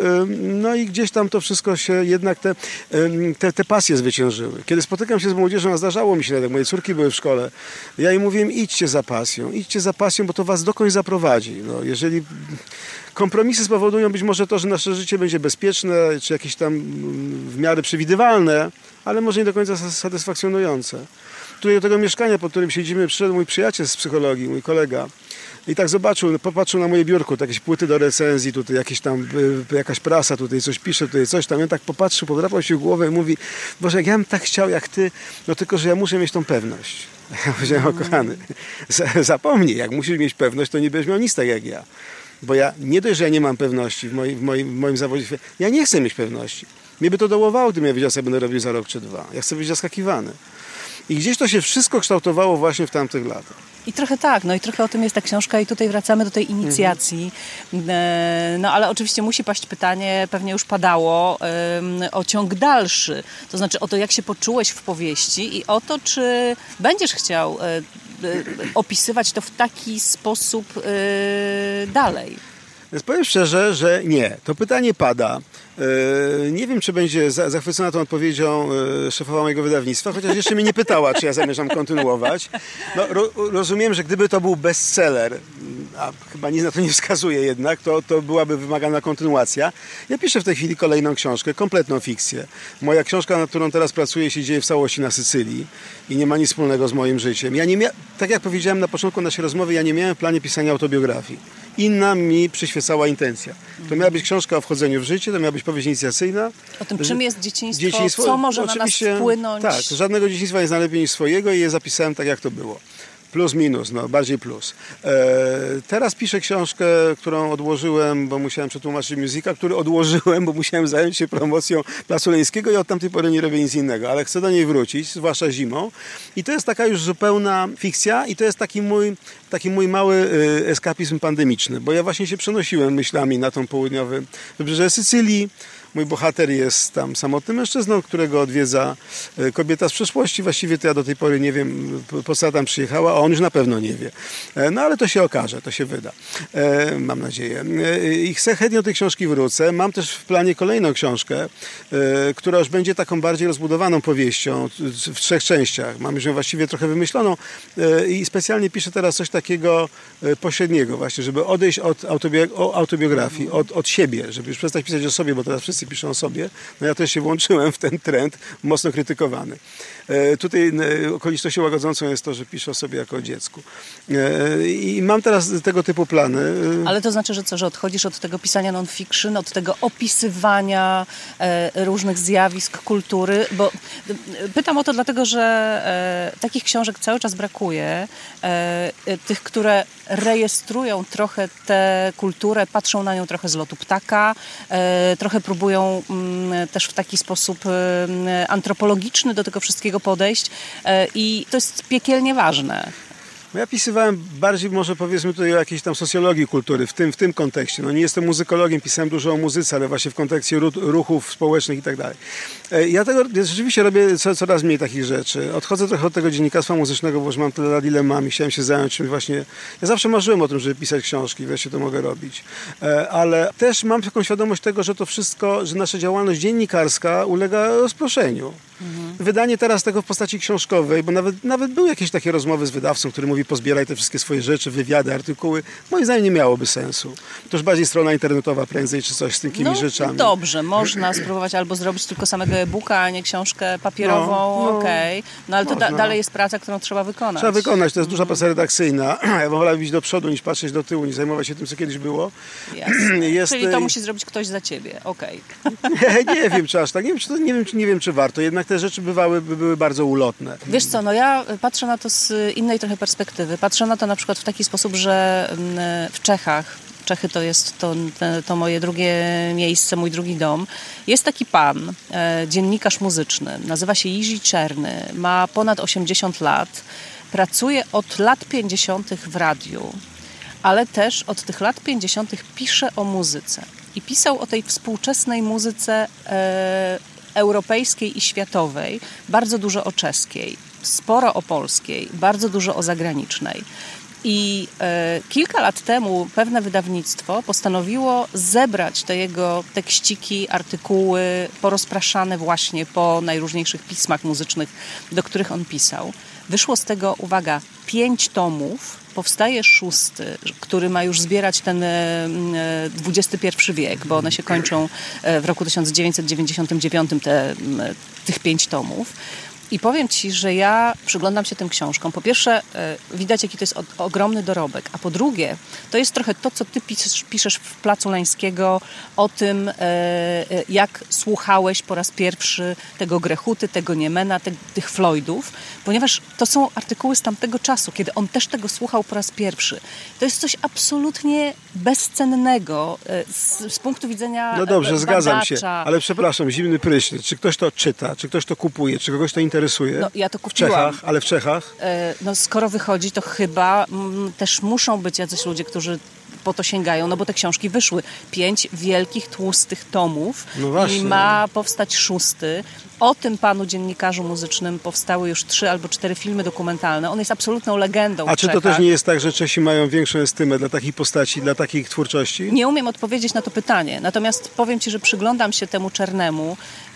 No i gdzieś tam to wszystko się jednak te, te, te pasje zwyciężyły. Kiedy spotykam się z młodzieżą, a zdarzało mi się, jak moje córki były w szkole, ja im mówiłem, idźcie za pasją, idźcie za pasją, bo to was dokądś zaprowadzi. No, jeżeli kompromisy spowodują być może to, że nasze życie będzie bezpieczne, czy jakieś tam w miarę przewidywalne, ale może nie do końca satysfakcjonujące. Tutaj do tego mieszkania, pod którym siedzimy, przyszedł mój przyjaciel z psychologii, mój kolega. I tak zobaczył, popatrzył na moje biurko, to jakieś płyty do recenzji, tutaj jakieś tam, jakaś prasa, tutaj coś pisze, tutaj coś tam. I on tak popatrzył, podrapał się w głowę i mówi, Boże, jak ja bym tak chciał jak ty, no tylko, że ja muszę mieć tą pewność. Ja powiedziałem, o kochany, zapomnij, jak musisz mieć pewność, to nie będziesz miał nic tak jak ja. Bo ja nie dość, że ja nie mam pewności w moim, w moim, w moim zawodzie, ja nie chcę mieć pewności. Mnie by to dołowało, gdybym ja wiedział, co ja będę robił za rok czy dwa. Ja chcę być zaskakiwany. I gdzieś to się wszystko kształtowało właśnie w tamtych latach. I trochę tak, no i trochę o tym jest ta książka i tutaj wracamy do tej inicjacji. Mhm. No ale oczywiście musi paść pytanie, pewnie już padało, o ciąg dalszy. To znaczy o to, jak się poczułeś w powieści i o to, czy będziesz chciał opisywać to w taki sposób dalej. Więc powiem szczerze, że nie. To pytanie pada. Nie wiem, czy będzie zachwycona tą odpowiedzią szefowa mojego wydawnictwa, chociaż jeszcze mnie nie pytała, czy ja zamierzam kontynuować. No, ro, rozumiem, że gdyby to był bestseller, a chyba nic na to nie wskazuje jednak, to, to byłaby wymagana kontynuacja. Ja piszę w tej chwili kolejną książkę, kompletną fikcję. Moja książka, nad którą teraz pracuję, się dzieje w całości na Sycylii i nie ma nic wspólnego z moim życiem. Ja nie mia- tak jak powiedziałem na początku naszej rozmowy, ja nie miałem w planie pisania autobiografii. Inna mi przyświecała intencja. To miała być książka o wchodzeniu w życie, to miała być powieść inicjacyjna. O tym, czym jest dzieciństwo, dzieciństwo co może na nas wpłynąć. Tak, żadnego dzieciństwa nie zna lepiej niż swojego i je zapisałem tak, jak to było. Plus, minus, no bardziej plus. E, teraz piszę książkę, którą odłożyłem, bo musiałem przetłumaczyć musical, który odłożyłem, bo musiałem zająć się promocją Placu Leńskiego i od tamtej pory nie robię nic innego, ale chcę do niej wrócić, zwłaszcza zimą. I to jest taka już zupełna fikcja i to jest taki mój, taki mój mały y, eskapizm pandemiczny, bo ja właśnie się przenosiłem myślami na tą południowe wybrzeże Sycylii. Mój bohater jest tam samotnym mężczyzną, którego odwiedza kobieta z przeszłości. Właściwie to ja do tej pory nie wiem, po co tam przyjechała, a on już na pewno nie wie. No ale to się okaże, to się wyda. Mam nadzieję. I chcę chętnie do tej książki wrócę. Mam też w planie kolejną książkę, która już będzie taką bardziej rozbudowaną powieścią w trzech częściach. Mam już ją właściwie trochę wymyśloną i specjalnie piszę teraz coś takiego pośredniego właśnie, żeby odejść od autobi- autobiografii, od, od siebie, żeby już przestać pisać o sobie, bo teraz wszyscy piszą o sobie. No ja też się włączyłem w ten trend, mocno krytykowany. E, tutaj e, okolicznością łagodzącą jest to, że piszę o sobie jako o dziecku. E, I mam teraz tego typu plany. Ale to znaczy, że co, że odchodzisz od tego pisania non-fiction, od tego opisywania e, różnych zjawisk kultury, bo e, pytam o to dlatego, że e, takich książek cały czas brakuje, e, tych, które rejestrują trochę tę kulturę, patrzą na nią trochę z lotu ptaka, e, trochę próbują m, też w taki sposób m, antropologiczny do tego wszystkiego podejść e, i to jest piekielnie ważne. Ja pisywałem bardziej może powiedzmy tutaj o jakiejś tam socjologii kultury, w tym, w tym kontekście. No nie jestem muzykologiem, pisałem dużo o muzyce, ale właśnie w kontekście ruchów społecznych i tak dalej. Ja tego rzeczywiście robię co, coraz mniej takich rzeczy. Odchodzę trochę od tego dziennikarstwa muzycznego, bo już mam tyle lat, ile mam i chciałem się zająć czymś właśnie. Ja zawsze marzyłem o tym, żeby pisać książki, wreszcie to mogę robić. Ale też mam taką świadomość tego, że to wszystko, że nasza działalność dziennikarska ulega rozproszeniu. Mhm. Wydanie teraz tego w postaci książkowej, bo nawet, nawet były jakieś takie rozmowy z wydawcą, który mówi, pozbieraj te wszystkie swoje rzeczy, wywiady, artykuły. Moim zdaniem nie miałoby sensu. To już bardziej strona internetowa prędzej, czy coś z takimi no, rzeczami. Dobrze, można spróbować albo zrobić tylko samego e-booka, a nie książkę papierową, no, no, okej. Okay. No ale to da- dalej jest praca, którą trzeba wykonać. Trzeba wykonać, to jest duża praca redakcyjna. Ja wolałbym iść do przodu, niż patrzeć do tyłu, niż zajmować się tym, co kiedyś było. Jest... Czyli to musi zrobić ktoś za ciebie, okej. Okay. nie, nie wiem, czy aż tak. Nie wiem, czy, to, nie, wiem, czy, nie wiem, czy warto. Jednak te rzeczy bywały, były bardzo ulotne. Wiesz co, no ja patrzę na to z innej trochę perspektywy. Patrzę na to na przykład w taki sposób, że w Czechach, Czechy to jest to, to moje drugie miejsce, mój drugi dom, jest taki pan, e, dziennikarz muzyczny, nazywa się Jiří Czerny, ma ponad osiemdziesiąt lat, pracuje od lat pięćdziesiątych w radiu, ale też od tych lat pięćdziesiątych pisze o muzyce. I pisał o tej współczesnej muzyce e, europejskiej i światowej, bardzo dużo o czeskiej, sporo o polskiej, bardzo dużo o zagranicznej. I e, kilka lat temu pewne wydawnictwo postanowiło zebrać te jego tekściki, artykuły porozpraszane właśnie po najróżniejszych pismach muzycznych, do których on pisał. Wyszło z tego, uwaga, pięć tomów. Powstaje szósty, który ma już zbierać ten dwudziesty pierwszy wiek, bo one się kończą w roku tysiąc dziewięćset dziewięćdziesiątym dziewiątym, te, tych pięć tomów. I powiem Ci, że ja przyglądam się tym książkom. Po pierwsze, widać, jaki to jest ogromny dorobek, a po drugie, to jest trochę to, co Ty piszesz, piszesz w Placu Lańskiego o tym, jak słuchałeś po raz pierwszy tego Grechuty, tego Niemena, te, tych Floydów, ponieważ to są artykuły z tamtego czasu, kiedy on też tego słuchał po raz pierwszy. To jest coś absolutnie bezcennego z, z punktu widzenia No dobrze, badacza. Zgadzam się, ale przepraszam, zimny prysznic. Czy ktoś to czyta, czy ktoś to kupuje, czy kogoś to interesuje? No, ja to w Czechach, ale w Czechach? No skoro wychodzi, to chyba m, też muszą być jacyś ludzie, którzy po to sięgają, no bo te książki wyszły. Pięć wielkich, tłustych tomów no i ma powstać szósty. O tym panu dziennikarzu muzycznym powstały już trzy albo cztery filmy dokumentalne. On jest absolutną legendą. A czy to też nie jest tak, że Czesi mają większą estymę dla takich postaci, dla takich twórczości? Nie umiem odpowiedzieć na to pytanie. Natomiast powiem Ci, że przyglądam się temu Czernemu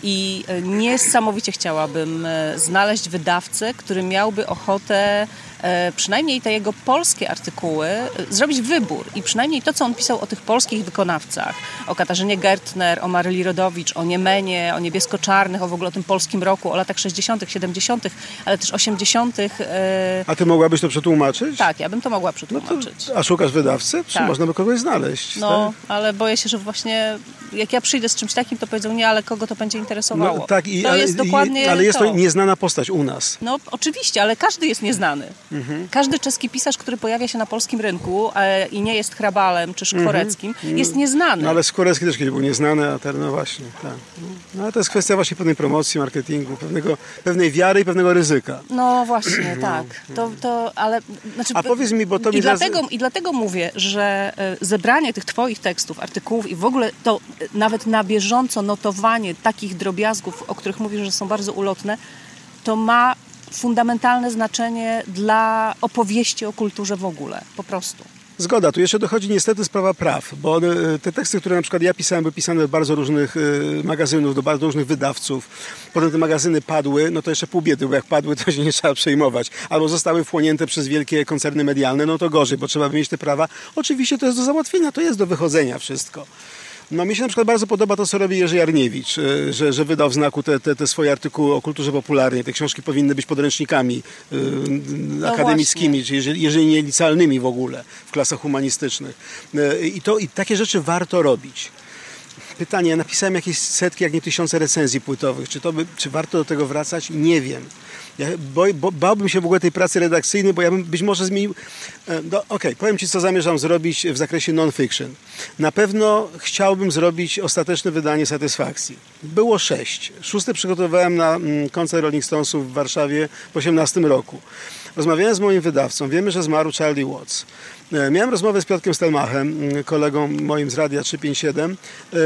i niesamowicie chciałabym znaleźć wydawcę, który miałby ochotę przynajmniej te jego polskie artykuły, zrobić wybór i przynajmniej to, co on pisał o tych polskich wykonawcach, o Katarzynie Gertner, o Maryli Rodowicz, o Niemenie, o Niebiesko-Czarnych, o w ogóle o tym polskim roku, o latach sześćdziesiątych, siedemdziesiątych, ale też osiemdziesiątych. A ty mogłabyś to przetłumaczyć? Tak, ja bym to mogła przetłumaczyć. No to, a szukasz wydawcy? Czy tak. można by kogoś znaleźć? No, tak? ale boję się, że właśnie jak ja przyjdę z czymś takim, to powiedzą nie, ale kogo to będzie interesowało. No, tak, i, to ale, jest dokładnie i, ale jest to. to nieznana postać u nas. No oczywiście, ale każdy jest nieznany. Mhm. Każdy czeski pisarz, który pojawia się na polskim rynku a, i nie jest Hrabalem czy Szkworeckim, mhm. jest nieznany. No ale Szkworecki też kiedyś był nieznany, a teraz no właśnie. Tak. No ale to jest kwestia właśnie pewnej promocji, marketingu, pewnego, pewnej wiary i pewnego ryzyka. No właśnie, tak. To, to, ale, znaczy, a powiedz mi, bo to i mi dlatego, zaz... I dlatego mówię, że zebranie tych twoich tekstów, artykułów i w ogóle to nawet na bieżąco notowanie takich drobiazgów, o których mówisz, że są bardzo ulotne, to ma fundamentalne znaczenie dla opowieści o kulturze w ogóle, po prostu. Zgoda, tu jeszcze dochodzi niestety sprawa praw, bo te teksty, które na przykład ja pisałem, były pisane do bardzo różnych magazynów, do bardzo różnych wydawców. Potem te magazyny padły, no to jeszcze pół biedy, bo jak padły, to się nie trzeba przejmować. Albo zostały wchłonięte przez wielkie koncerny medialne, no to gorzej, bo trzeba mieć te prawa. Oczywiście to jest do załatwienia, to jest do wychodzenia wszystko. No mi się na przykład bardzo podoba to, co robi Jerzy Jarniewicz, że, że wydał w znaku te, te, te swoje artykuły o kulturze popularnej. Te książki powinny być podręcznikami yy, no akademickimi, czy jeżeli, jeżeli nie licealnymi w ogóle, w klasach humanistycznych. Yy, i, to, I takie rzeczy warto robić. Pytanie, ja napisałem jakieś setki, jak nie tysiące recenzji płytowych. Czy, to by, czy warto do tego wracać? Nie wiem. Ja bo, bo, bałbym się w ogóle tej pracy redakcyjnej, bo ja bym być może zmienił... No, Okej, okay, powiem Ci, co zamierzam zrobić w zakresie non-fiction. Na pewno chciałbym zrobić ostateczne wydanie Satysfakcji. Było sześć. Szóste przygotowałem na koncert Rolling Stonesów w Warszawie w osiemnastym roku. Rozmawiałem z moim wydawcą. Wiemy, że zmarł Charlie Watts. Miałem rozmowę z Piotrkiem Stelmachem, kolegą moim z Radia trzysta pięćdziesiąt siedem.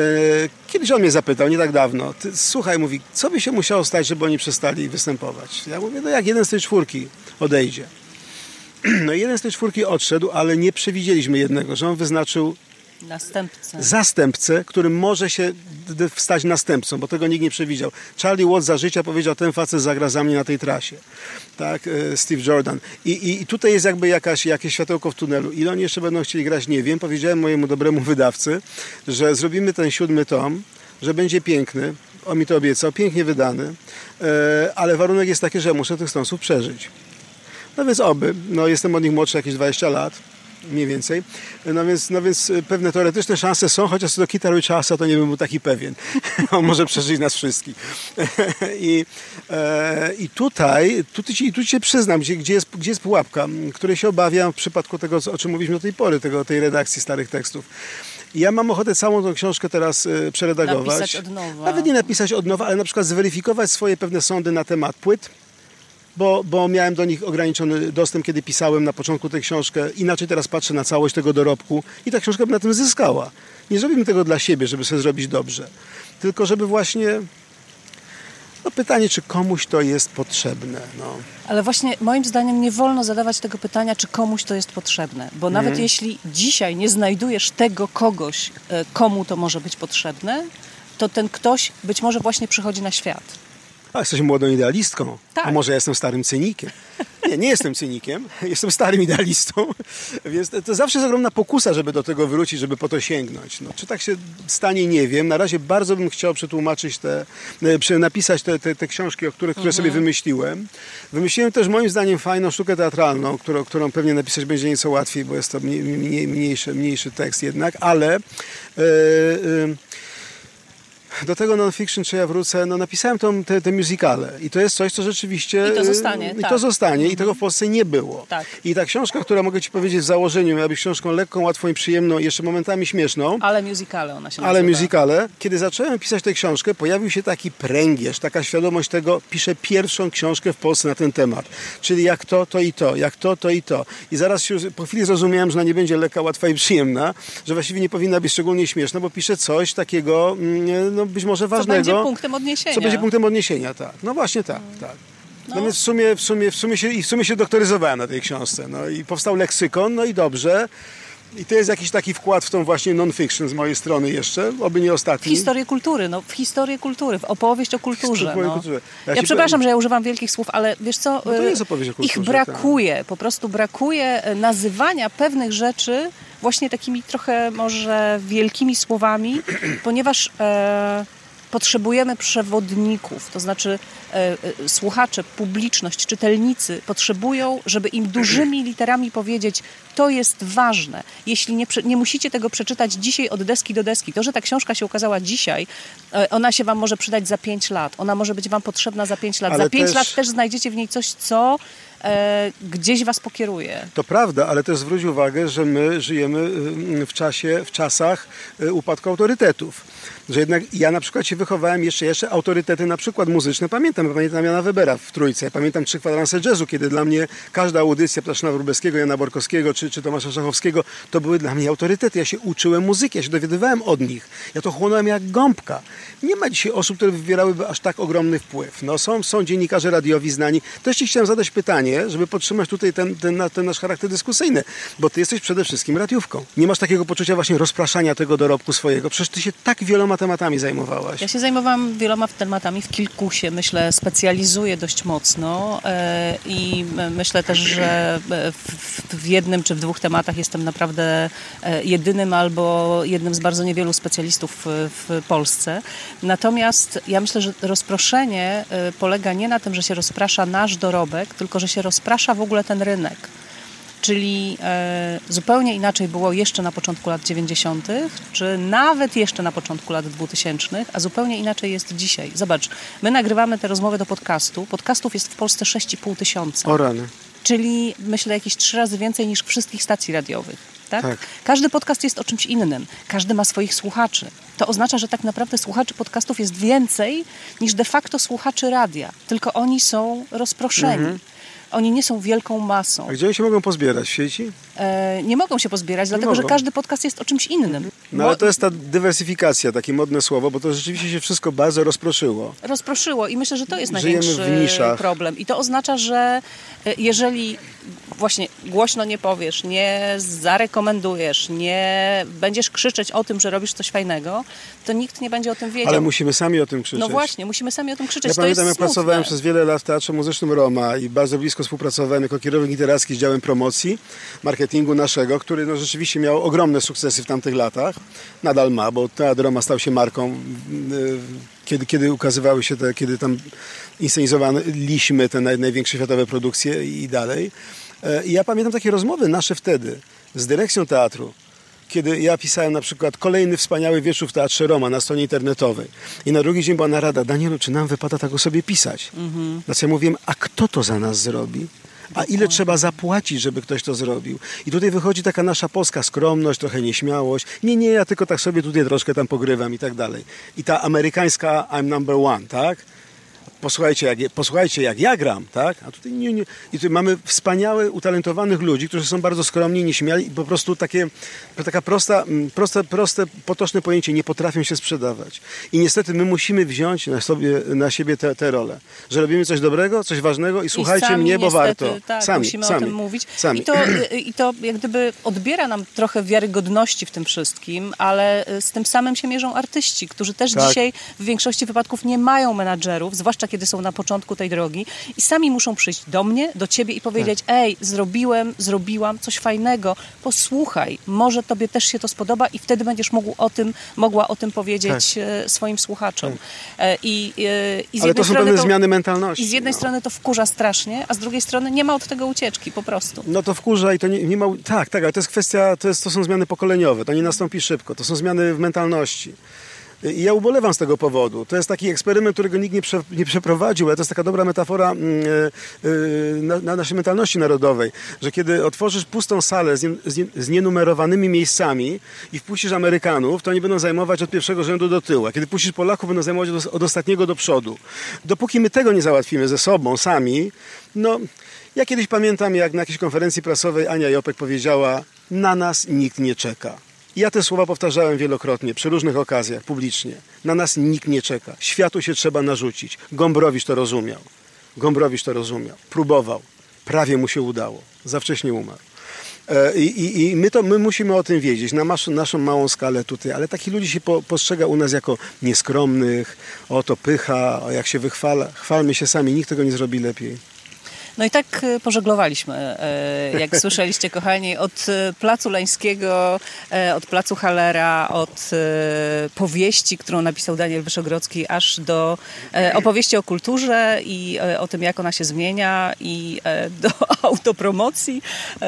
Kiedyś on mnie zapytał, nie tak dawno, ty, słuchaj, mówi, co by się musiało stać, żeby oni przestali występować? Ja mówię, no jak jeden z tej czwórki odejdzie. No i jeden z tej czwórki odszedł, ale nie przewidzieliśmy jednego, że on wyznaczył Następcę. zastępcę, który może się stać następcą, bo tego nikt nie przewidział. Charlie Watts za życia powiedział, ten facet zagra za mnie na tej trasie. Tak, Steve Jordan. I, i, i tutaj jest jakby jakaś, jakieś światełko w tunelu. Ile oni jeszcze będą chcieli grać, nie wiem. Powiedziałem mojemu dobremu wydawcy, że zrobimy ten siódmy tom, że będzie piękny. On mi to obiecał, pięknie wydany, ale warunek jest taki, że ja muszę tych Stonesów przeżyć. No więc oby. No, jestem od nich młodszy jakieś dwadzieścia lat. Mniej więcej. No więc, no więc pewne teoretyczne szanse są, chociaż co do Keitha Richardsa to nie bym był taki pewien. On może przeżyć nas wszystkich. I, e, i tutaj, tutaj, ci, tu się przyznam, gdzie, gdzie, jest, gdzie jest pułapka, której się obawiam w przypadku tego, o czym mówiliśmy do tej pory, tego, tej redakcji starych tekstów. Ja mam ochotę całą tą książkę teraz e, przeredagować. Napisać od nowa. Nawet nie napisać od nowa, ale na przykład zweryfikować swoje pewne sądy na temat płyt. Bo, bo miałem do nich ograniczony dostęp, kiedy pisałem na początku tę książkę. Inaczej teraz patrzę na całość tego dorobku i ta książka by na tym zyskała. Nie zrobimy tego dla siebie, żeby sobie zrobić dobrze. Tylko żeby właśnie No pytanie, czy komuś to jest potrzebne. No. Ale właśnie moim zdaniem nie wolno zadawać tego pytania, czy komuś to jest potrzebne. Bo nawet mm. jeśli dzisiaj nie znajdujesz tego kogoś, komu to może być potrzebne, to ten ktoś być może właśnie przychodzi na świat. A jesteś młodą idealistką. Tak. A może ja jestem starym cynikiem? Nie, nie jestem cynikiem. Jestem starym idealistą. Więc to, to zawsze jest ogromna pokusa, żeby do tego wrócić, żeby po to sięgnąć. No, czy tak się stanie, nie wiem. Na razie bardzo bym chciał przetłumaczyć te, napisać te, te, te książki, o których, które mhm. sobie wymyśliłem. Wymyśliłem też moim zdaniem fajną sztukę teatralną, którą, którą pewnie napisać będzie nieco łatwiej, bo jest to mniej, mniej, mniejszy, mniejszy tekst jednak, ale... Yy, yy, do tego non-fiction, czy ja wrócę, no napisałem tą, te, te musicale i to jest coś, co rzeczywiście... I to zostanie, I tak. to zostanie Mhm. i tego w Polsce nie było. Tak. I ta książka, która mogę ci powiedzieć w założeniu, miała być książką lekką, łatwą i przyjemną, jeszcze momentami śmieszną. Ale musicale ona się Ale nazywa. musicale. Kiedy zacząłem pisać tę książkę, pojawił się taki pręgierz, taka świadomość tego, piszę pierwszą książkę w Polsce na ten temat. Czyli jak to, to i to, jak to, to i to. I zaraz się, po chwili zrozumiałem, że ona nie będzie lekka, łatwa i przyjemna, że właściwie nie powinna być szczególnie śmieszna, bo piszę coś takiego, no być może ważnego. Co będzie punktem odniesienia. Co będzie punktem odniesienia, tak. No właśnie tak, tak. No. No więc w sumie, w sumie, w sumie się, i w sumie się doktoryzowałem na tej książce. No i powstał leksykon, no i dobrze. I to jest jakiś taki wkład w tą właśnie non-fiction z mojej strony jeszcze, oby nie ostatni. W historię kultury, no w historię kultury, w opowieść o kulturze. No. kulturze. Ja, ja przepraszam, powiem... że ja używam wielkich słów, ale wiesz co, no to jest opowieść o kulturze, ich brakuje, tak. Po prostu brakuje nazywania pewnych rzeczy właśnie takimi trochę może wielkimi słowami, ponieważ... E, potrzebujemy przewodników, to znaczy e, e, słuchacze, publiczność, czytelnicy potrzebują, żeby im dużymi literami powiedzieć, to jest ważne. Jeśli nie, nie musicie tego przeczytać dzisiaj od deski do deski, to, że ta książka się ukazała dzisiaj, e, ona się wam może przydać za pięć lat, ona może być wam potrzebna za pięć lat. Ale za pięć też... lat też znajdziecie w niej coś, co e, gdzieś was pokieruje. To prawda, ale też zwróć uwagę, że my żyjemy w czasie, w czasach upadku autorytetów. Że jednak ja na przykład się wychowałem jeszcze, jeszcze autorytety na przykład muzyczne. Pamiętam, pamiętam Jana Webera w Trójce, pamiętam Trzy kwadranse jazzu, kiedy dla mnie każda audycja Ptaszyna Wróblewskiego, Jana Borkowskiego czy, czy Tomasza Szachowskiego to były dla mnie autorytety. Ja się uczyłem muzyki, ja się dowiadywałem od nich. Ja to chłonąłem jak gąbka. Nie ma dzisiaj osób, które wywierałyby aż tak ogromny wpływ. No, są, są dziennikarze radiowi znani. Też ci chciałem zadać pytanie, żeby podtrzymać tutaj ten, ten, ten nasz charakter dyskusyjny, bo ty jesteś przede wszystkim radiówką. Nie masz takiego poczucia właśnie rozpraszania tego dorobku swojego. Przecież ty się tak wieloma tematami zajmowałaś. Ja się zajmowałam wieloma tematami, w kilku się, myślę, specjalizuję dość mocno e, i myślę też, że w, w jednym czy w dwóch tematach jestem naprawdę jedynym albo jednym z bardzo niewielu specjalistów w, w Polsce. Natomiast ja myślę, że rozproszenie polega nie na tym, że się rozprasza nasz dorobek, tylko że się rozprasza w ogóle ten rynek. Czyli e, zupełnie inaczej było jeszcze na początku lat dziewięćdziesiątych, czy nawet jeszcze na początku lat dwutysięcznych, a zupełnie inaczej jest dzisiaj. Zobacz, my nagrywamy tę rozmowę do podcastu. Podcastów jest w Polsce sześć i pół tysiąca. O rany. Czyli myślę jakieś trzy razy więcej niż wszystkich stacji radiowych. Tak? Tak. Każdy podcast jest o czymś innym. Każdy ma swoich słuchaczy. To oznacza, że tak naprawdę słuchaczy podcastów jest więcej niż de facto słuchaczy radia. Tylko oni są rozproszeni. Mhm. Oni nie są wielką masą. A gdzie oni się mogą pozbierać? W sieci? E, nie mogą się pozbierać, nie dlatego mogą. Że każdy podcast jest o czymś innym. No bo... ale to jest ta dywersyfikacja, takie modne słowo, bo to rzeczywiście się wszystko bardzo rozproszyło. Rozproszyło i myślę, że to jest Żyjemy największy problem. I to oznacza, że jeżeli właśnie głośno nie powiesz, nie zarekomendujesz, nie będziesz krzyczeć o tym, że robisz coś fajnego, to nikt nie będzie o tym wiedział. Ale musimy sami o tym krzyczeć. No właśnie, musimy sami o tym krzyczeć. Ja to pamiętam, jest jak smutne. pracowałem przez wiele lat w Teatrze Muzycznym Roma i bardzo blisko współpracowałem jako kierownik literacki z działem promocji, marketingu naszego, który no, rzeczywiście miał ogromne sukcesy w tamtych latach. Nadal ma, bo Teatr Roma stał się marką, yy, kiedy, kiedy ukazywały się te, kiedy tam inscenizowaliśmy te naj, największe światowe produkcje i dalej. Yy, I ja pamiętam takie rozmowy nasze wtedy z dyrekcją teatru, kiedy ja pisałem na przykład kolejny wspaniały wieczór w Teatrze Roma na stronie internetowej i na drugi dzień była narada, Danielu, czy nam wypada tak o sobie pisać? Mhm. Znaczy ja mówiłem, a kto to za nas zrobi? A ile trzeba zapłacić, żeby ktoś to zrobił? I tutaj wychodzi taka nasza polska skromność, trochę nieśmiałość. Nie, nie, ja tylko tak sobie tutaj troszkę tam pogrywam i tak dalej. I ta amerykańska I'm number one, tak? posłuchajcie jak, posłuchajcie jak ja gram, tak? A tutaj nie, nie. I tutaj mamy wspaniałe, utalentowanych ludzi, którzy są bardzo skromni, nieśmiali i po prostu takie, taka prosta, proste, proste, potoczne pojęcie, nie potrafią się sprzedawać. I niestety my musimy wziąć na, sobie, na siebie te, te role, że robimy coś dobrego, coś ważnego i słuchajcie I sami, mnie, bo niestety, warto. Tak, sami, musimy sami, o tym mówić. Sami. I to, I to jak gdyby odbiera nam trochę wiarygodności w tym wszystkim, ale z tym samym się mierzą artyści, którzy też tak. dzisiaj w większości wypadków nie mają menadżerów, zwłaszcza kiedy są na początku tej drogi i sami muszą przyjść do mnie, do ciebie i powiedzieć, tak. ej, zrobiłem, zrobiłam coś fajnego, posłuchaj, może tobie też się to spodoba i wtedy będziesz mógł o tym, mogła o tym powiedzieć tak. swoim słuchaczom. Tak. I, i z Ale to są pewne to, zmiany mentalności. I z jednej no. strony to wkurza strasznie, a z drugiej strony nie ma od tego ucieczki, po prostu. No to wkurza i to nie, nie ma... Tak, tak, ale to jest kwestia, to, jest, to są zmiany pokoleniowe, to nie nastąpi szybko, to są zmiany w mentalności. I ja ubolewam z tego powodu. To jest taki eksperyment, którego nikt nie, prze, nie przeprowadził, ale to jest taka dobra metafora yy, yy, na, na naszej mentalności narodowej, że kiedy otworzysz pustą salę z, nie, z, nie, z nienumerowanymi miejscami i wpuścisz Amerykanów, to oni będą zajmować od pierwszego rzędu do tyłu, a kiedy puścisz Polaków, będą zajmować od, od ostatniego do przodu. Dopóki my tego nie załatwimy ze sobą, sami, no... Ja kiedyś pamiętam, jak na jakiejś konferencji prasowej Ania Jopek powiedziała, na nas nikt nie czeka. Ja te słowa powtarzałem wielokrotnie, przy różnych okazjach, publicznie. Na nas nikt nie czeka. Światu się trzeba narzucić. Gombrowicz to rozumiał. Gombrowicz to rozumiał. Próbował. Prawie mu się udało. Za wcześnie umarł. I, i, i my, to, my musimy o tym wiedzieć, na naszą, naszą małą skalę tutaj, ale takich ludzi się po, postrzega u nas jako nieskromnych, o to pycha, o jak się wychwala. Chwalmy się sami, nikt tego nie zrobi lepiej. No i tak pożeglowaliśmy, jak słyszeliście, kochani, od Placu Lańskiego, od Placu Hallera, od powieści, którą napisał Daniel Wyszogrodzki, aż do opowieści o kulturze i o tym, jak ona się zmienia, i do autopromocji.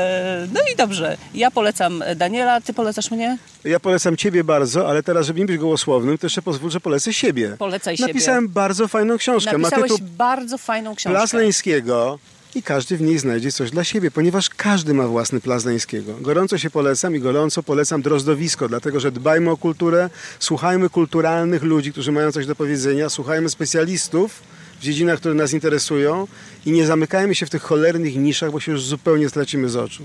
No i dobrze, ja polecam Daniela, ty polecasz mnie? Ja polecam ciebie bardzo, ale teraz, żeby nie być gołosłownym, to jeszcze pozwól, że polecę siebie. Polecaj siebie. Napisałem bardzo fajną książkę. Napisałeś Ma tytuł bardzo fajną książkę. Plac Lańskiego. I każdy w niej znajdzie coś dla siebie, ponieważ każdy ma własny Plac Lańskiego. Gorąco się polecam i gorąco polecam Drozdowisko, dlatego że dbajmy o kulturę, słuchajmy kulturalnych ludzi, którzy mają coś do powiedzenia, słuchajmy specjalistów w dziedzinach, które nas interesują i nie zamykajmy się w tych cholernych niszach, bo się już zupełnie stracimy z oczu.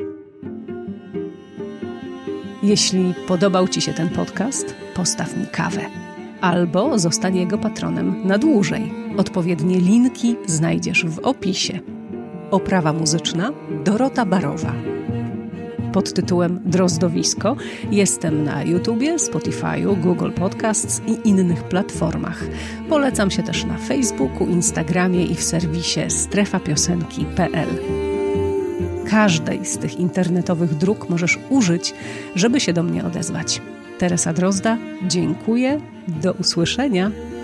Jeśli podobał ci się ten podcast, postaw mi kawę. Albo zostań jego patronem na dłużej. Odpowiednie linki znajdziesz w opisie. Oprawa muzyczna Dorota Barowa. Pod tytułem Drozdowisko jestem na YouTubie, Spotify'u, Google Podcasts i innych platformach. Polecam się też na Facebooku, Instagramie i w serwisie strefa piosenki kropka p l. Każdej z tych internetowych dróg możesz użyć, żeby się do mnie odezwać. Teresa Drozda, dziękuję, do usłyszenia.